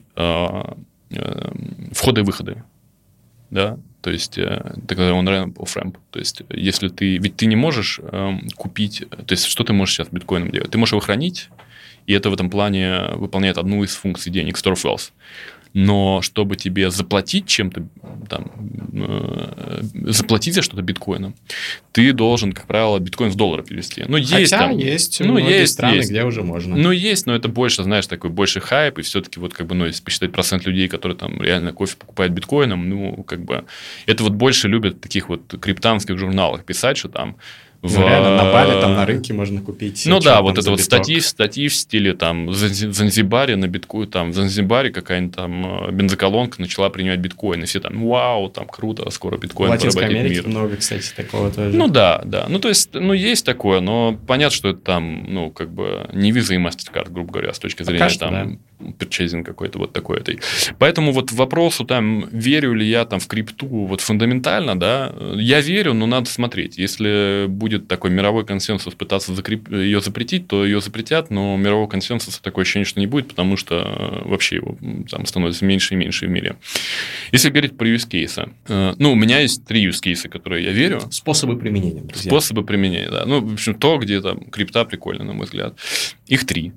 входы и выходы. Да? То есть, тогда он off-ramp. То есть, если ведь ты не можешь купить... То есть, что ты можешь сейчас биткоином делать? Ты можешь его хранить, и это в этом плане выполняет одну из функций денег, store of wealth. Но чтобы тебе заплатить чем-то, там, заплатить за что-то биткоином, ты должен, как правило, биткоин в доллары перевести. Есть многие страны, где уже можно. Но это больше, знаешь, такой больше хайп, и все-таки вот как бы, если посчитать процент людей, которые там реально кофе покупают биткоином, как бы это вот больше любят в таких вот криптанских журналах писать, что там Реально, на Бали, там на рынке можно купить. Ну да, вот это вот статьи в стиле там в Занзибаре на биткоин, там в Занзибаре какая-нибудь там бензоколонка начала принимать биткоин, и все там, вау, там круто, скоро биткоин поработит мир. В Латинской Америке много, кстати, такого тоже. Ну да. Ну то есть, есть такое, но понятно, что это там, как бы не Visa и MasterCard, грубо говоря, с точки зрения там перчейзинг какой-то вот такой этой. Поэтому вот вопросу там, верю ли я там в крипту вот фундаментально, да, я верю, но надо смотреть. Если будет такой мировой консенсус пытаться ее запретить, то ее запретят, но мирового консенсуса такое ощущение, что не будет, потому что вообще его там становится меньше и меньше в мире. Если говорить про use cases, у меня есть 3 use cases, которые я верю. Способы применения, друзья. Способы применения, да. В общем, то, где там крипта прикольно, на мой взгляд. Их 3.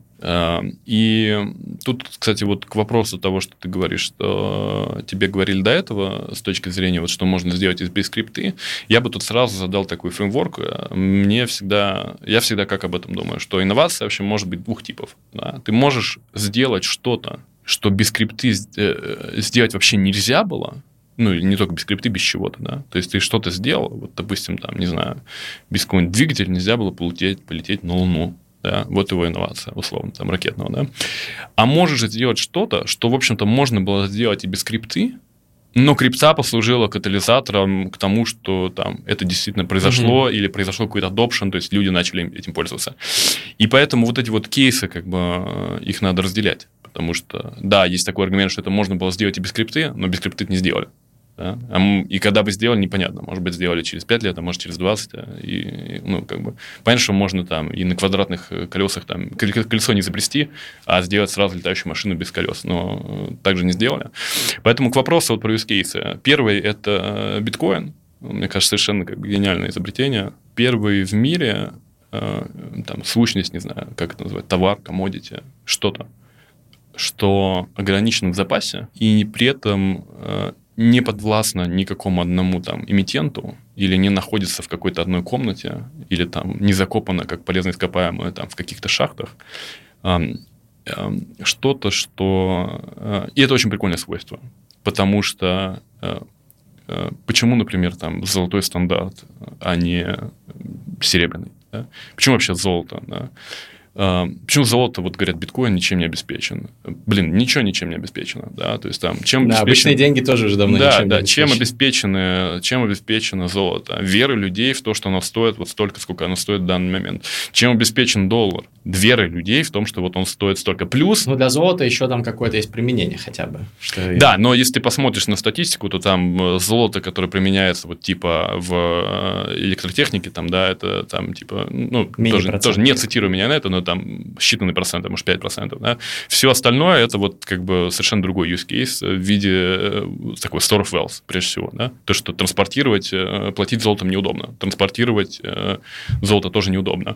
И тут, кстати, вот к вопросу того, что ты говоришь, что тебе говорили до этого, с точки зрения, вот, что можно сделать из без крипты, я бы тут сразу задал такой фреймворк. Я всегда как об этом думаю, что инновация вообще может быть 2 типов. Да? Ты можешь сделать что-то, что без крипты сделать вообще нельзя было, не только без крипты, без чего-то, да. То есть ты что-то сделал, вот, допустим, там, не знаю, без какого-нибудь двигателя нельзя было полететь на Луну. Да, вот его инновация, условно, там, ракетного, да. А можешь сделать что-то, что, в общем-то, можно было сделать и без крипты, но крипта послужила катализатором к тому, что там это действительно произошло, или произошел какой-то adoption, то есть люди начали этим пользоваться. И поэтому вот эти вот кейсы, как бы, их надо разделять. Потому что, да, есть такой аргумент, что это можно было сделать и без крипты, но без крипты это не сделали. Да? И когда бы сделали, непонятно. Может быть, сделали через 5 лет, а может, через 20. Понятно, что можно там и на квадратных колесах там колесо не изобрести, а сделать сразу летающую машину без колес. Но также не сделали. Поэтому к вопросу вот про use case. Первый – это биткоин. Мне кажется, совершенно как бы гениальное изобретение. Первый в мире, там, сущность, не знаю, как это называть, товар, commodity, что-то, что ограничено в запасе, и при этом не подвластно никакому одному там эмитенту, или не находится в какой-то одной комнате, или там не закопано как полезное ископаемое там в каких-то шахтах. Что-то, что... И это очень прикольное свойство, потому что... Почему, например, там золотой стандарт, а не серебряный? Да? Почему вообще золото? Да? Почему золото, вот говорят, биткоин ничем не обеспечен? Ничего ничем не обеспечено. Да? То есть, там, чем да, обычные деньги тоже уже давно ничем не обеспечены. Чем обеспечено золото? Вера людей в то, что оно стоит вот столько, сколько оно стоит в данный момент. Чем обеспечен доллар? Вера людей в том, что вот он стоит столько. Плюс... для золота еще там какое-то есть применение хотя бы. Да, но если ты посмотришь на статистику, то там золото, которое применяется вот типа в электротехнике, там, да, это там типа, тоже не цитирую меня на это, но там считанные проценты, может, 5%. Да? Все остальное, это вот как бы совершенно другой use case в виде такой store of wealth, прежде всего. Да? То, что транспортировать, платить золотом неудобно. Транспортировать золото тоже неудобно.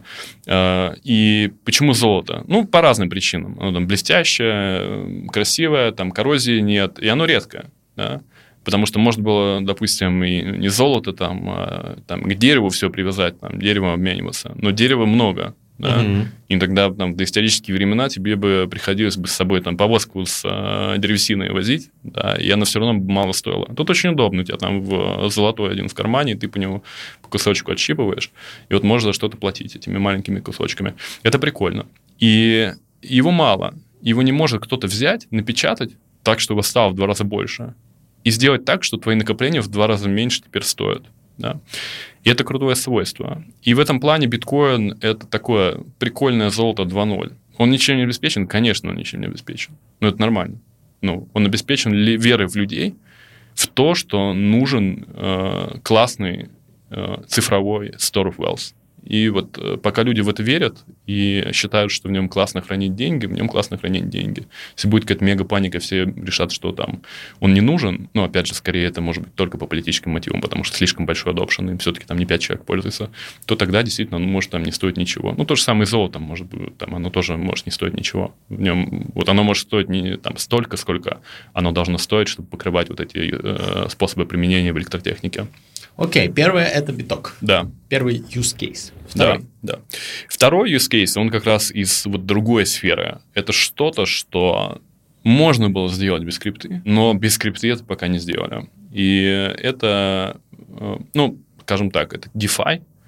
И почему золото? По разным причинам. Оно там блестящее, красивое, там коррозии нет, и оно редкое. Да? Потому что можно было, допустим, и не золото, там к дереву все привязать, там, деревом обмениваться. Но дерева много. Да? И тогда там, в доисторические времена тебе бы приходилось бы с собой там, повозку с древесиной возить, да, и она все равно мало стоила. Тут очень удобно, у тебя там золотой один в кармане, и ты по нему по кусочку отщипываешь, и вот можешь за что-то платить этими маленькими кусочками. Это прикольно. И его мало. Его не может кто-то взять, напечатать так, чтобы стало в 2 раза больше, и сделать так, что твои накопления в 2 раза меньше теперь стоят. Да? И это крутое свойство. И в этом плане биткоин – это такое прикольное золото 2.0. Он ничем не обеспечен? Конечно, он ничем не обеспечен. Но это нормально. Он обеспечен верой в людей, в то, что нужен классный цифровой store of wealth. И вот пока люди в это верят и считают, что в нем классно хранить деньги, в нем классно хранить деньги. Если будет какая-то мега-паника, все решат, что там он не нужен, опять же, скорее это может быть только по политическим мотивам, потому что слишком большой adoption, и все-таки там не 5 человек пользуются, то тогда действительно он может там не стоить ничего. То же самое и золото, может быть, там оно тоже может не стоить ничего. В нем, вот оно может стоить не там столько, сколько оно должно стоить, чтобы покрывать вот эти способы применения в электротехнике. Окей, первое – это биток. Да. Первый use case. Второй. Да. Второй use case, он как раз из вот другой сферы. Это что-то, что можно было сделать без крипты, но без крипты это пока не сделали. И это, скажем так, это DeFi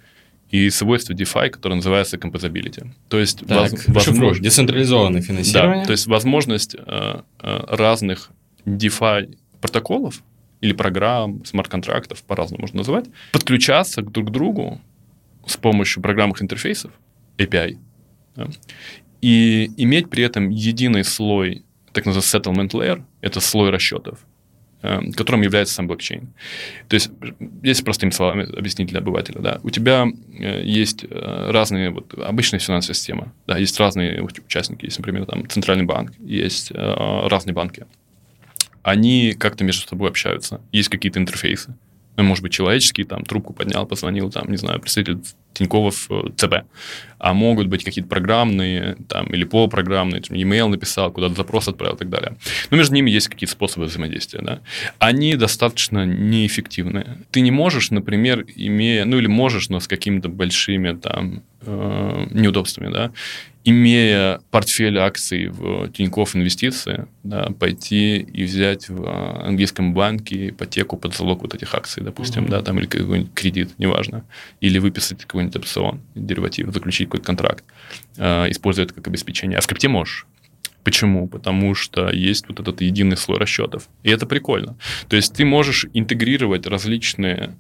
и свойство DeFi, которое называется composability. То есть децентрализованное финансирование. Да, то есть возможность разных DeFi протоколов или программ, смарт-контрактов, по-разному можно называть, подключаться друг к другу с помощью программных интерфейсов, API, да, и иметь при этом единый слой, так называемый settlement layer, это слой расчетов, которым является сам блокчейн. То есть, если простыми словами объяснить для обывателя, да, у тебя есть разные обычные финансовые системы, да, есть разные участники, есть, например, там, центральный банк, есть разные банки. Они как-то между собой общаются. Есть какие-то интерфейсы. Может быть, человеческие, там, трубку поднял, позвонил, там, не знаю, представитель Тинькова в ЦБ. А могут быть какие-то программные, там, или полупрограммные, e-mail написал, куда-то запрос отправил и так далее. Но между ними есть какие-то способы взаимодействия, да. Они достаточно неэффективные. Ты не можешь, например, или можешь, но с какими-то большими, там, неудобствами, да, имея портфель акций в Тинькофф Инвестиции, да, пойти и взять в английском банке ипотеку под залог вот этих акций, допустим, да, там, или какой-нибудь кредит, неважно, или выписать какой-нибудь опцион, дериватив, заключить какой-то контракт, используя это как обеспечение. А в крипте можешь. Почему? Потому что есть вот этот единый слой расчетов. И это прикольно. То есть ты можешь интегрировать различные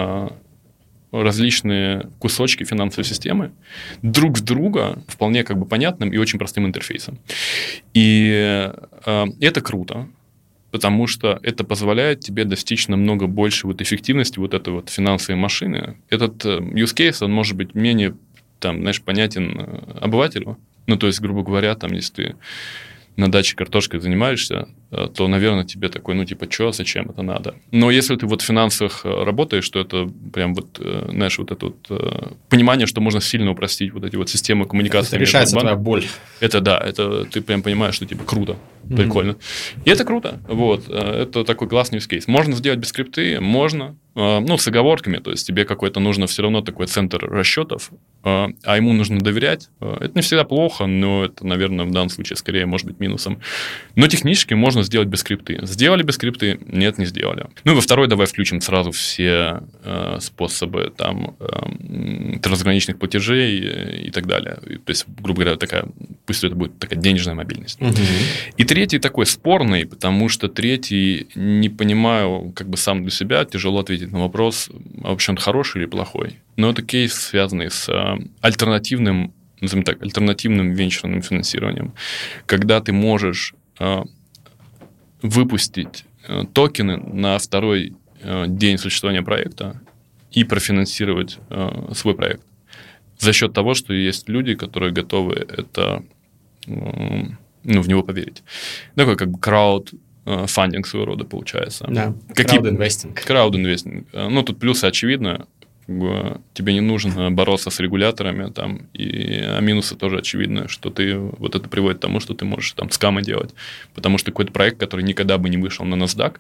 кусочки финансовой системы друг с друга вполне как бы понятным и очень простым интерфейсом. И это круто, потому что это позволяет тебе достичь намного больше эффективности этой финансовой машины. Этот use case, он может быть менее, там, знаешь, понятен обывателю. Ну, то есть, грубо говоря, там, если ты на даче картошкой занимаешься, то, наверное, тебе такой, что, зачем это надо? Но если ты в финансах работаешь, то это прям знаешь, это понимание, что можно сильно упростить эти системы коммуникации. Это решается твоя боль. Это да, это ты прям понимаешь, что круто, прикольно. И это круто, это такой классный use case. Можно сделать без скрипты, можно, с оговорками, то есть тебе какой-то нужно все равно такой центр расчетов, а ему нужно доверять. Это не всегда плохо, но это, наверное, в данном случае скорее может быть минусом. Но технически можно сделать без скрипты. Сделали без скрипты? Нет, не сделали. Ну и во второй давай включим сразу все способы там трансграничных платежей и так далее. То есть, грубо говоря, пусть это будет такая денежная мобильность. И третий такой спорный, потому что третий не понимаю сам для себя, тяжело ответить на вопрос, а вообще он хороший или плохой. Но это кейс, связанный с альтернативным венчурным финансированием, когда ты можешь выпустить токены на второй день существования проекта и профинансировать свой проект за счет того, что есть люди, которые готовы это, в него поверить. Такой краудфандинг своего рода получается. Да, краудинвестинг. Краудинвестинг. Тут плюсы очевидно. Тебе не нужно бороться с регуляторами, а минусы тоже очевидны, что это приводит к тому, что ты можешь скамы делать, потому что какой-то проект, который никогда бы не вышел на NASDAQ,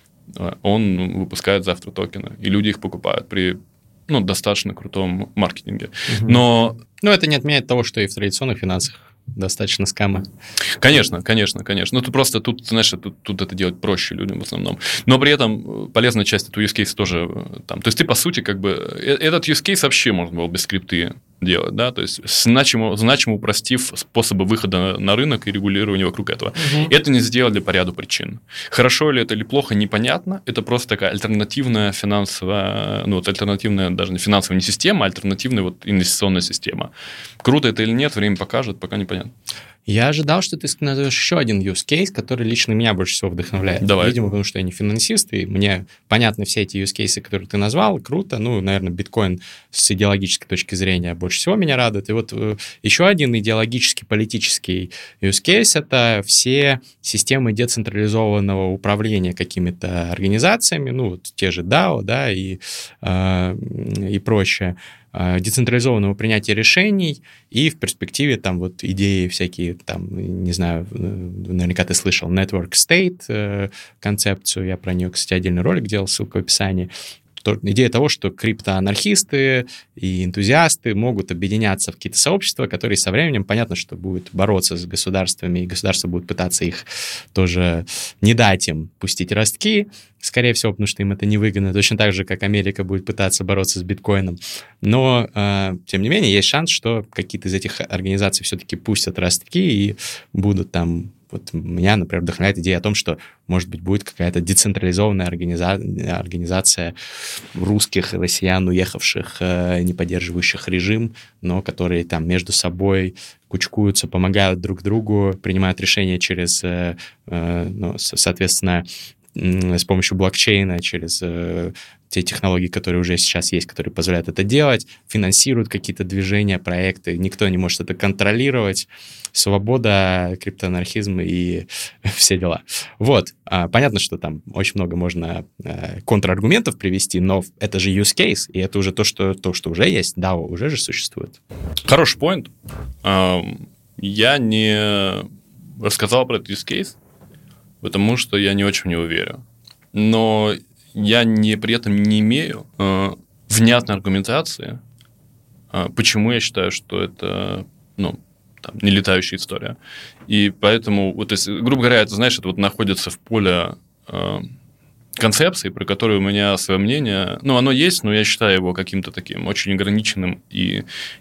он выпускает завтра токены, и люди их покупают при достаточно крутом маркетинге. Но это не отменяет того, что и в традиционных финансах достаточно скамы. Конечно. Но тут, знаешь, тут это делать проще людям в основном. Но при этом полезная часть этого use case тоже там. То есть ты, по сути, этот use case вообще можно было без скрипты делать, да, то есть значимо упростив способы выхода на рынок и регулирования вокруг этого. Это не сделали по ряду причин. Хорошо ли это или плохо, непонятно. Это просто такая альтернативная финансовая, альтернативная даже не финансовая не система, а альтернативная инвестиционная система. Круто это или нет, время покажет, пока непонятно. Я ожидал, что ты назовешь еще один use case, который лично меня больше всего вдохновляет. Давай. Видимо, потому что я не финансист, и мне понятны все эти use cases, которые ты назвал. Круто. Наверное, биткоин с идеологической точки зрения больше всего меня радует. И еще один идеологический, политический use case — это все системы децентрализованного управления какими-то организациями, те же DAO, да, и прочее. Децентрализованного принятия решений и в перспективе идеи всякие, не знаю, наверняка ты слышал Network State концепцию, я про нее, кстати, отдельный ролик делал, ссылка в описании. идея того, что криптоанархисты и энтузиасты могут объединяться в какие-то сообщества, которые со временем, понятно, что будут бороться с государствами, и государства будут пытаться их тоже не дать им пустить ростки, скорее всего, потому что им это невыгодно, точно так же, как Америка будет пытаться бороться с биткоином. Но, тем не менее, есть шанс, что какие-то из этих организаций все-таки пустят ростки и будут там... Вот меня, например, вдохновляет идея о том, что, может быть, будет какая-то децентрализованная организация русских, россиян, уехавших, не поддерживающих режим, но которые там между собой кучкуются, помогают друг другу, принимают решения через, соответственно, с помощью блокчейна, через те технологии, которые уже сейчас есть, которые позволяют это делать, финансируют какие-то движения, проекты, никто не может это контролировать. Свобода, криптоанархизм и все дела. Вот. Понятно, что там очень много можно контраргументов привести, но это же use case, и это уже то, что уже есть. DAO уже же существует. Хороший поинт. Я не рассказал про этот use case, потому что я не очень в него верю. Но я при этом не имею внятной аргументации, почему я считаю, что это не летающая история. И поэтому, то есть, грубо говоря, это, знаешь, это вот находится в поле концепции, про которую у меня свое мнение. Оно есть, но я считаю его каким-то таким очень ограниченным и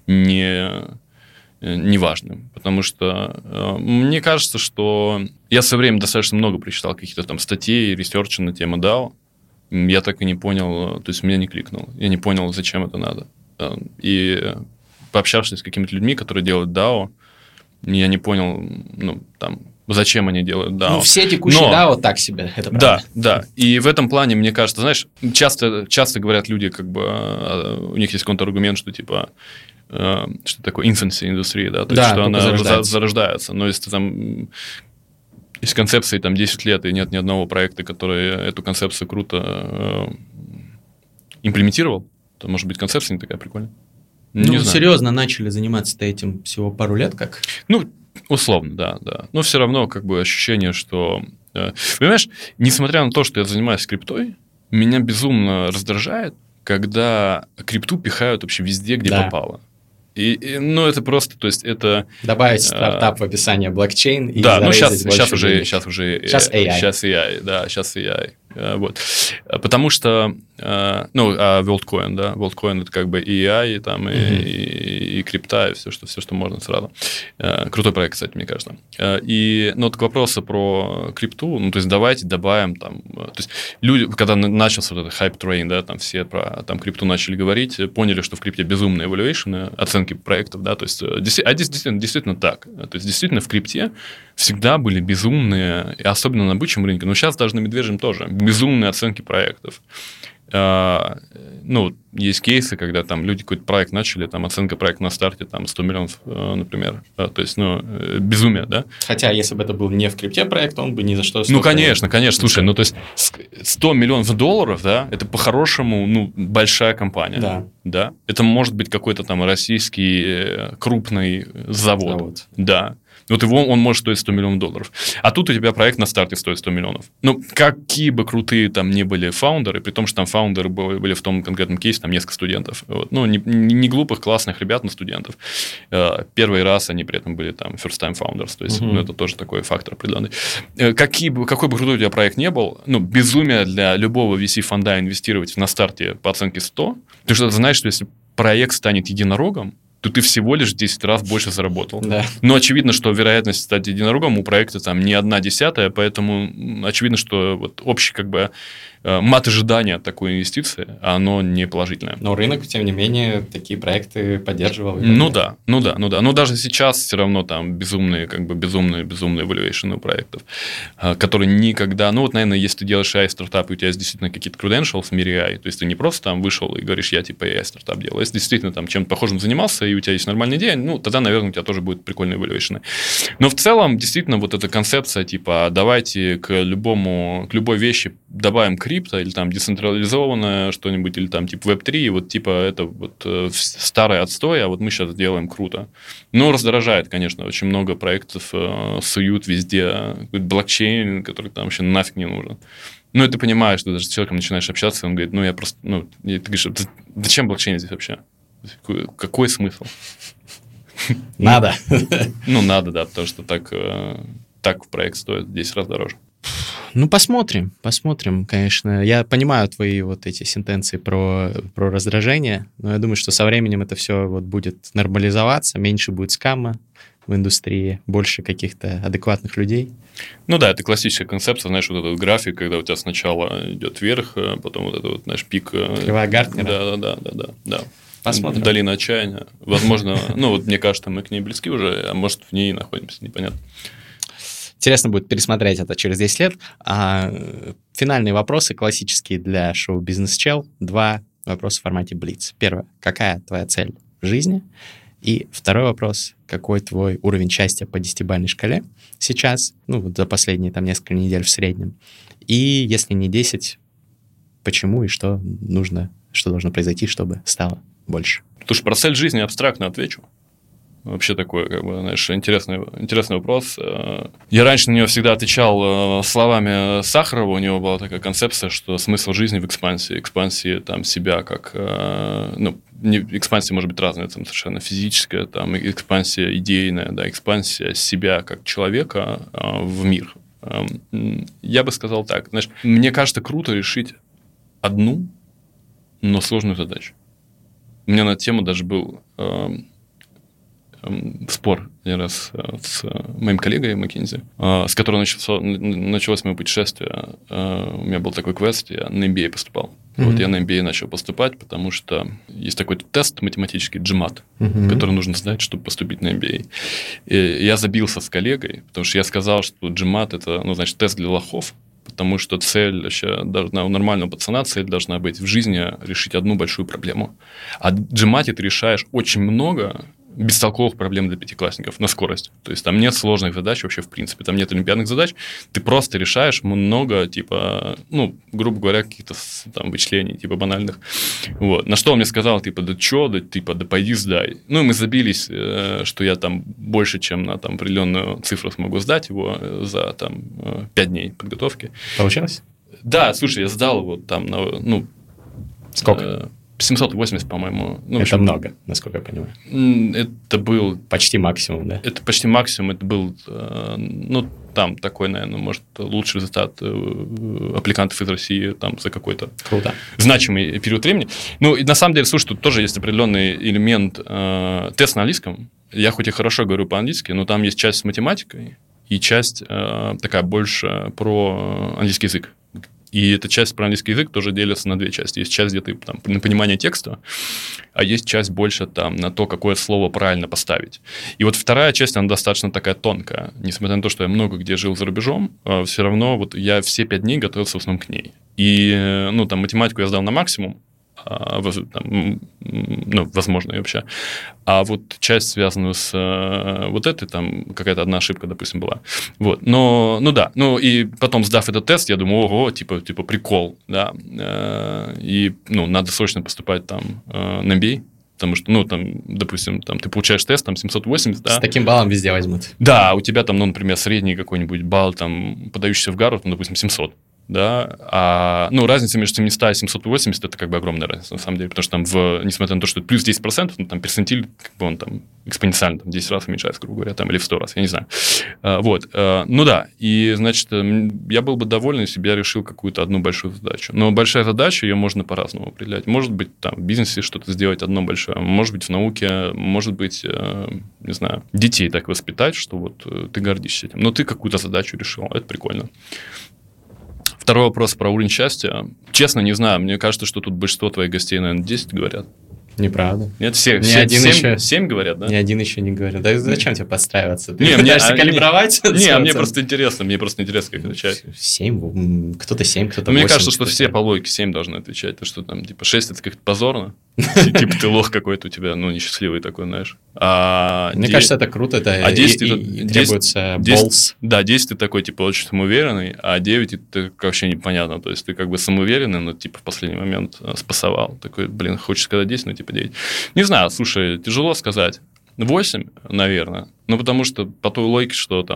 неважным. Потому что мне кажется, что я в свое время достаточно много прочитал каких-то там статей, ресерча на тему DAO. Я так и не понял, то есть меня не кликнул. Я не понял, зачем это надо. И пообщавшись с какими-то людьми, которые делают DAO, я не понял, зачем они делают DAO. Все текущие DAO так себе, это правда. Да. И в этом плане, мне кажется, знаешь, часто говорят люди, как бы, у них есть контраргумент, что типа, что такое infancy индустрии, да, то есть, что она зарождается. Но если там из концепции там 10 лет и нет ни одного проекта, который эту концепцию круто имплементировал, то, может быть, концепция не такая прикольная. Серьезно, начали заниматься этим всего пару лет, как? Условно, да. Но все равно, как бы, ощущение, что... Понимаешь, несмотря на то, что я занимаюсь криптой, меня безумно раздражает, когда крипту пихают вообще везде, где попало. Это просто, то есть, это... Добавить стартап в описание блокчейн и сейчас уже AI. Сейчас AI, да, сейчас AI. Вот. Потому что, WorldCoin, да, WorldCoin это как бы и AI, там, и крипта, и все, что можно сразу. Крутой проект, кстати, мне кажется. Но к вопросу про крипту, то есть, давайте добавим там, то есть, люди, когда начался вот этот хайп-трейн, да, там все про там крипту начали говорить, поняли, что в крипте безумные evaluation, оценки проектов, да, то есть, действительно так. То есть, действительно, в крипте всегда были безумные, и особенно на бычьем рынке, но сейчас даже на медвежьем тоже, безумные оценки проектов. Есть кейсы, когда там люди какой-то проект начали, там оценка проекта на старте там 100 миллионов, например. То есть, безумие, да? Хотя, если бы это был не в крипте проект, он бы ни за что... Конечно. Слушай, то есть 100 миллионов долларов, да, это по-хорошему, большая компания. Да. Это может быть какой-то там российский крупный завод. Да. Вот он может стоить 100 миллионов долларов. А тут у тебя проект на старте стоит 100 миллионов. Какие бы крутые там ни были фаундеры, при том, что там фаундеры были в том конкретном кейсе, там несколько студентов. Вот. Не глупых, классных ребят, но студентов. Первый раз они при этом были там first-time founders. То есть, это тоже такой фактор определенный. Какой бы крутой у тебя проект не был, безумие для любого VC-фонда инвестировать на старте по оценке 100. Потому что ты знаешь, что если проект станет единорогом, то ты всего лишь в 10 раз больше заработал. Да. Но очевидно, что вероятность стать единорогом у проекта там не 1/10, поэтому очевидно, что вот общий как бы мат ожидания от такой инвестиции, оно не положительное. Но рынок, тем не менее, такие проекты поддерживал. Да. Но даже сейчас все равно там безумные valuation у проектов, которые никогда... наверное, если ты делаешь AI-стартап, и у тебя есть действительно какие-то credentials в мире AI, то есть, ты не просто там вышел и говоришь, я типа AI-стартап делаю. Если действительно там чем-то похожим занимался, и у тебя есть нормальная идея, тогда, наверное, у тебя тоже будет прикольные valuation. Но в целом, действительно, вот эта концепция, типа, давайте к любой вещи добавим крипто, или там децентрализованное что-нибудь, или там типа Web3, и вот типа это вот старый отстой, а вот мы сейчас делаем круто. Раздражает, конечно, очень много проектов суют везде, блокчейн, который там вообще нафиг не нужен. Ну, и ты понимаешь, что даже с человеком начинаешь общаться, он говорит, ну, я просто, ну, и ты говоришь, зачем блокчейн здесь вообще? Какой смысл? Надо. Ну, надо, да, потому что так проект стоит в 10 раз дороже. Ну, посмотрим, конечно. Я понимаю твои вот эти сентенции про раздражение, но я думаю, что со временем это все вот будет нормализоваться, меньше будет скама в индустрии, больше каких-то адекватных людей. Ну да, это классическая концепция, знаешь, вот этот график, когда у тебя сначала идет вверх, потом вот этот вот, знаешь, пик. Кривая Гартнера. Да. Посмотрим. Долина отчаяния. Возможно, ну вот мне кажется, мы к ней близки уже, а может в ней находимся, непонятно. Интересно будет пересмотреть это через 10 лет. Финальные вопросы классические для шоу «Бизнес Чел». 2 вопроса в формате Блиц. Первое. Какая твоя цель в жизни? И второй вопрос. Какой твой уровень счастья по 10-бальной шкале сейчас? Ну, вот за последние там несколько недель в среднем. И если не 10, почему и что должно произойти, чтобы стало больше? Слушай, про цель жизни абстрактно отвечу. Вообще такой, как бы, знаешь, интересный вопрос. Я раньше на него всегда отвечал словами Сахарова. У него была такая концепция, что смысл жизни в экспансии. Экспансии там себя как... Ну, экспансия может быть разная, там совершенно физическая, там экспансия идейная, да, экспансия себя как человека в мир. Я бы сказал так. Знаешь, мне кажется, круто решить одну, но сложную задачу. У меня на эту тему даже был... спор один раз с моим коллегой Маккензи, с которого началось мое путешествие. У меня был такой квест, я на MBA поступал. Вот я на MBA начал поступать, потому что есть такой тест математический, GMAT, который нужно сдать, чтобы поступить на MBA. И я забился с коллегой, потому что я сказал, что GMAT – это, ну, значит, тест для лохов, потому что цель вообще должна, у нормального пацана цель должна быть в жизни решить одну большую проблему. А в GMAT ты решаешь очень много бестолковых проблем для пятиклассников на скорость. То есть там нет сложных задач вообще в принципе. Там нет олимпиадных задач. Ты просто решаешь много, типа, ну, грубо говоря, каких-то там вычислений, типа, банальных. Вот. На что он мне сказал, типа, да чё, да, типа, да пойди сдай. Ну, и мы забились, что я там больше, чем на там определенную цифру смогу сдать его за там 5 дней подготовки. Получилось? Да, слушай, я сдал его там на, ну... Сколько? 780, по-моему. Ну, это общем, много, насколько я понимаю. Это был... Почти максимум, да? Это почти максимум. Это был, ну, там такой, наверное, может, лучший результат аппликантов из России там за какой-то Круто. значимый период времени. Ну, и на самом деле, слушай, тут тоже есть определенный элемент тест на английском. Я хоть и хорошо говорю по-английски, но там есть часть с математикой и часть такая больше про английский язык. И эта часть про английский язык тоже делится на 2 части. Есть часть, где ты там, на понимание текста, а есть часть больше там, на то, какое слово правильно поставить. И вот вторая часть, она достаточно такая тонкая. Несмотря на то, что я много где жил за рубежом, все равно вот я все 5 дней готовился в основном к ней. И, ну, там, математику я сдал на максимум, там, ну, возможно, и вообще. А вот часть, связанную с вот этой, там какая-то одна ошибка, допустим, была. Вот. Но, ну да. Ну, и потом, сдав этот тест, я думаю, ого, типа прикол, да. И, ну, надо срочно поступать там на MBA, потому что, ну, там, допустим, там, ты получаешь тест, там, 780, да. С таким баллом везде возьмут. Да, у тебя там, ну, например, средний какой-нибудь балл, там, подающийся в Гарвард, ну, допустим, 700. Да, ну, разница между 700 и 780 это как бы огромная разница, на самом деле, потому что там, несмотря на то, что это плюс 10%, ну, там перцентиль, как бы он там экспоненциально там, 10 раз уменьшается, грубо говоря, там, или в 100 раз, я не знаю. Вот, ну да, и, значит, я был бы доволен, если бы я решил какую-то одну большую задачу. Но большая задача, ее можно по-разному определять. Может быть, там, в бизнесе что-то сделать одно большое, может быть, в науке, может быть, не знаю, детей так воспитать, что вот ты гордишься этим. Но ты какую-то задачу решил, это прикольно. Второй вопрос про уровень счастья. Честно, не знаю. Мне кажется, что тут большинство твоих гостей, наверное, 10 говорят. Неправда. Нет, все 7 говорят, да? Ни один еще не говорят. Да зачем тебе подстраиваться? Ты не, пытаешься калибровать? Не, мне просто интересно. Как отвечать. 7, кто-то 7, кто-то 8. Мне кажется, что все по логике 7 должны отвечать. То, что там, типа, 6 это как-то позорно. Типа, ты лох какой-то у тебя, ну, несчастливый такой, знаешь. Мне кажется, это круто. А 10 требуется balls. Да, 10 ты такой, типа, очень самоуверенный, а 9 это вообще непонятно. То есть ты как бы самоуверенный, но, типа, в последний момент спасовал. Такой, блин, хочешь сказать 10, но, типа, 9. Не знаю, слушай, тяжело сказать. 8, наверное. Ну, потому что по той логике, что там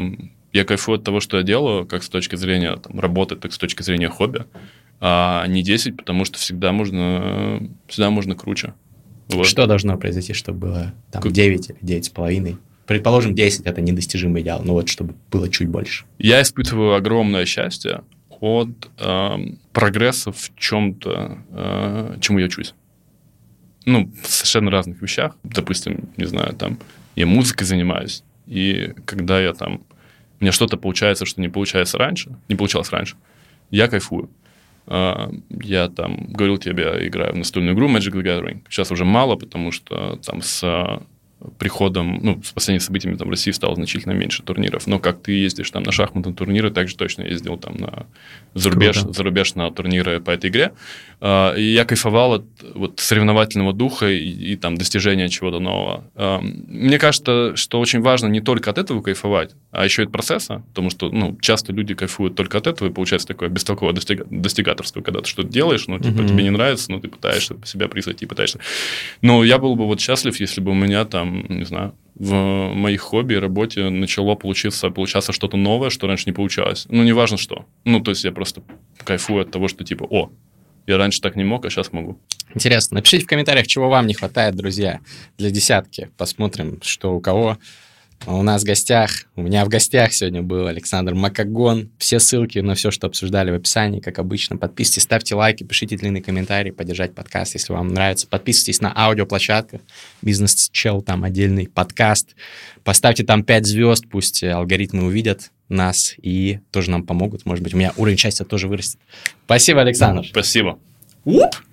Я кайфую от того, что я делаю, как с точки зрения там, работы, так с точки зрения хобби, а не 10, потому что всегда можно круче. Вот. Что должно произойти, чтобы было там 9 или 9,5? Предположим, 10 – это недостижимый идеал, но вот чтобы было чуть больше. Я испытываю огромное счастье от прогресса в чем-то, чему я учусь. Ну, в совершенно разных вещах. Допустим, не знаю, там, я музыкой занимаюсь, и когда я там, у меня что-то получается, что не получалось раньше, я кайфую. Я там, говорил тебе, я играю в настольную игру Magic the Gathering. Сейчас уже мало, потому что там с приходом, с последними событиями там в России стало значительно меньше турниров. Но как ты ездишь там на шахматные турниры, так же точно ездил там на зарубеж на турниры по этой игре. И я кайфовал от вот соревновательного духа и там достижения чего-то нового. Мне кажется, что очень важно не только от этого кайфовать, а еще и от процесса, потому что, часто люди кайфуют только от этого, и получается такое бестолковое достигаторство, когда ты что-то делаешь, тебе не нравится, но ты пытаешься себя превзойти, Но я был бы вот счастлив, если бы у меня там, не знаю, в моих хобби и работе начало получаться что-то новое, что раньше не получалось. Неважно что. То есть я просто кайфую от того, что я раньше так не мог, а сейчас могу. Интересно. Напишите в комментариях, чего вам не хватает, друзья, для десятки. Посмотрим, что у кого. У меня в гостях сегодня был Александр Макагон. Все ссылки на все, что обсуждали, в описании, как обычно. Подписывайтесь, ставьте лайки, пишите длинные комментарии, поддержать подкаст, если вам нравится. Подписывайтесь на аудиоплощадках. Бизнес-чел, там отдельный подкаст. Поставьте там 5 звезд, пусть алгоритмы увидят нас и тоже нам помогут. Может быть, у меня уровень счастья тоже вырастет. Спасибо, Александр. Спасибо.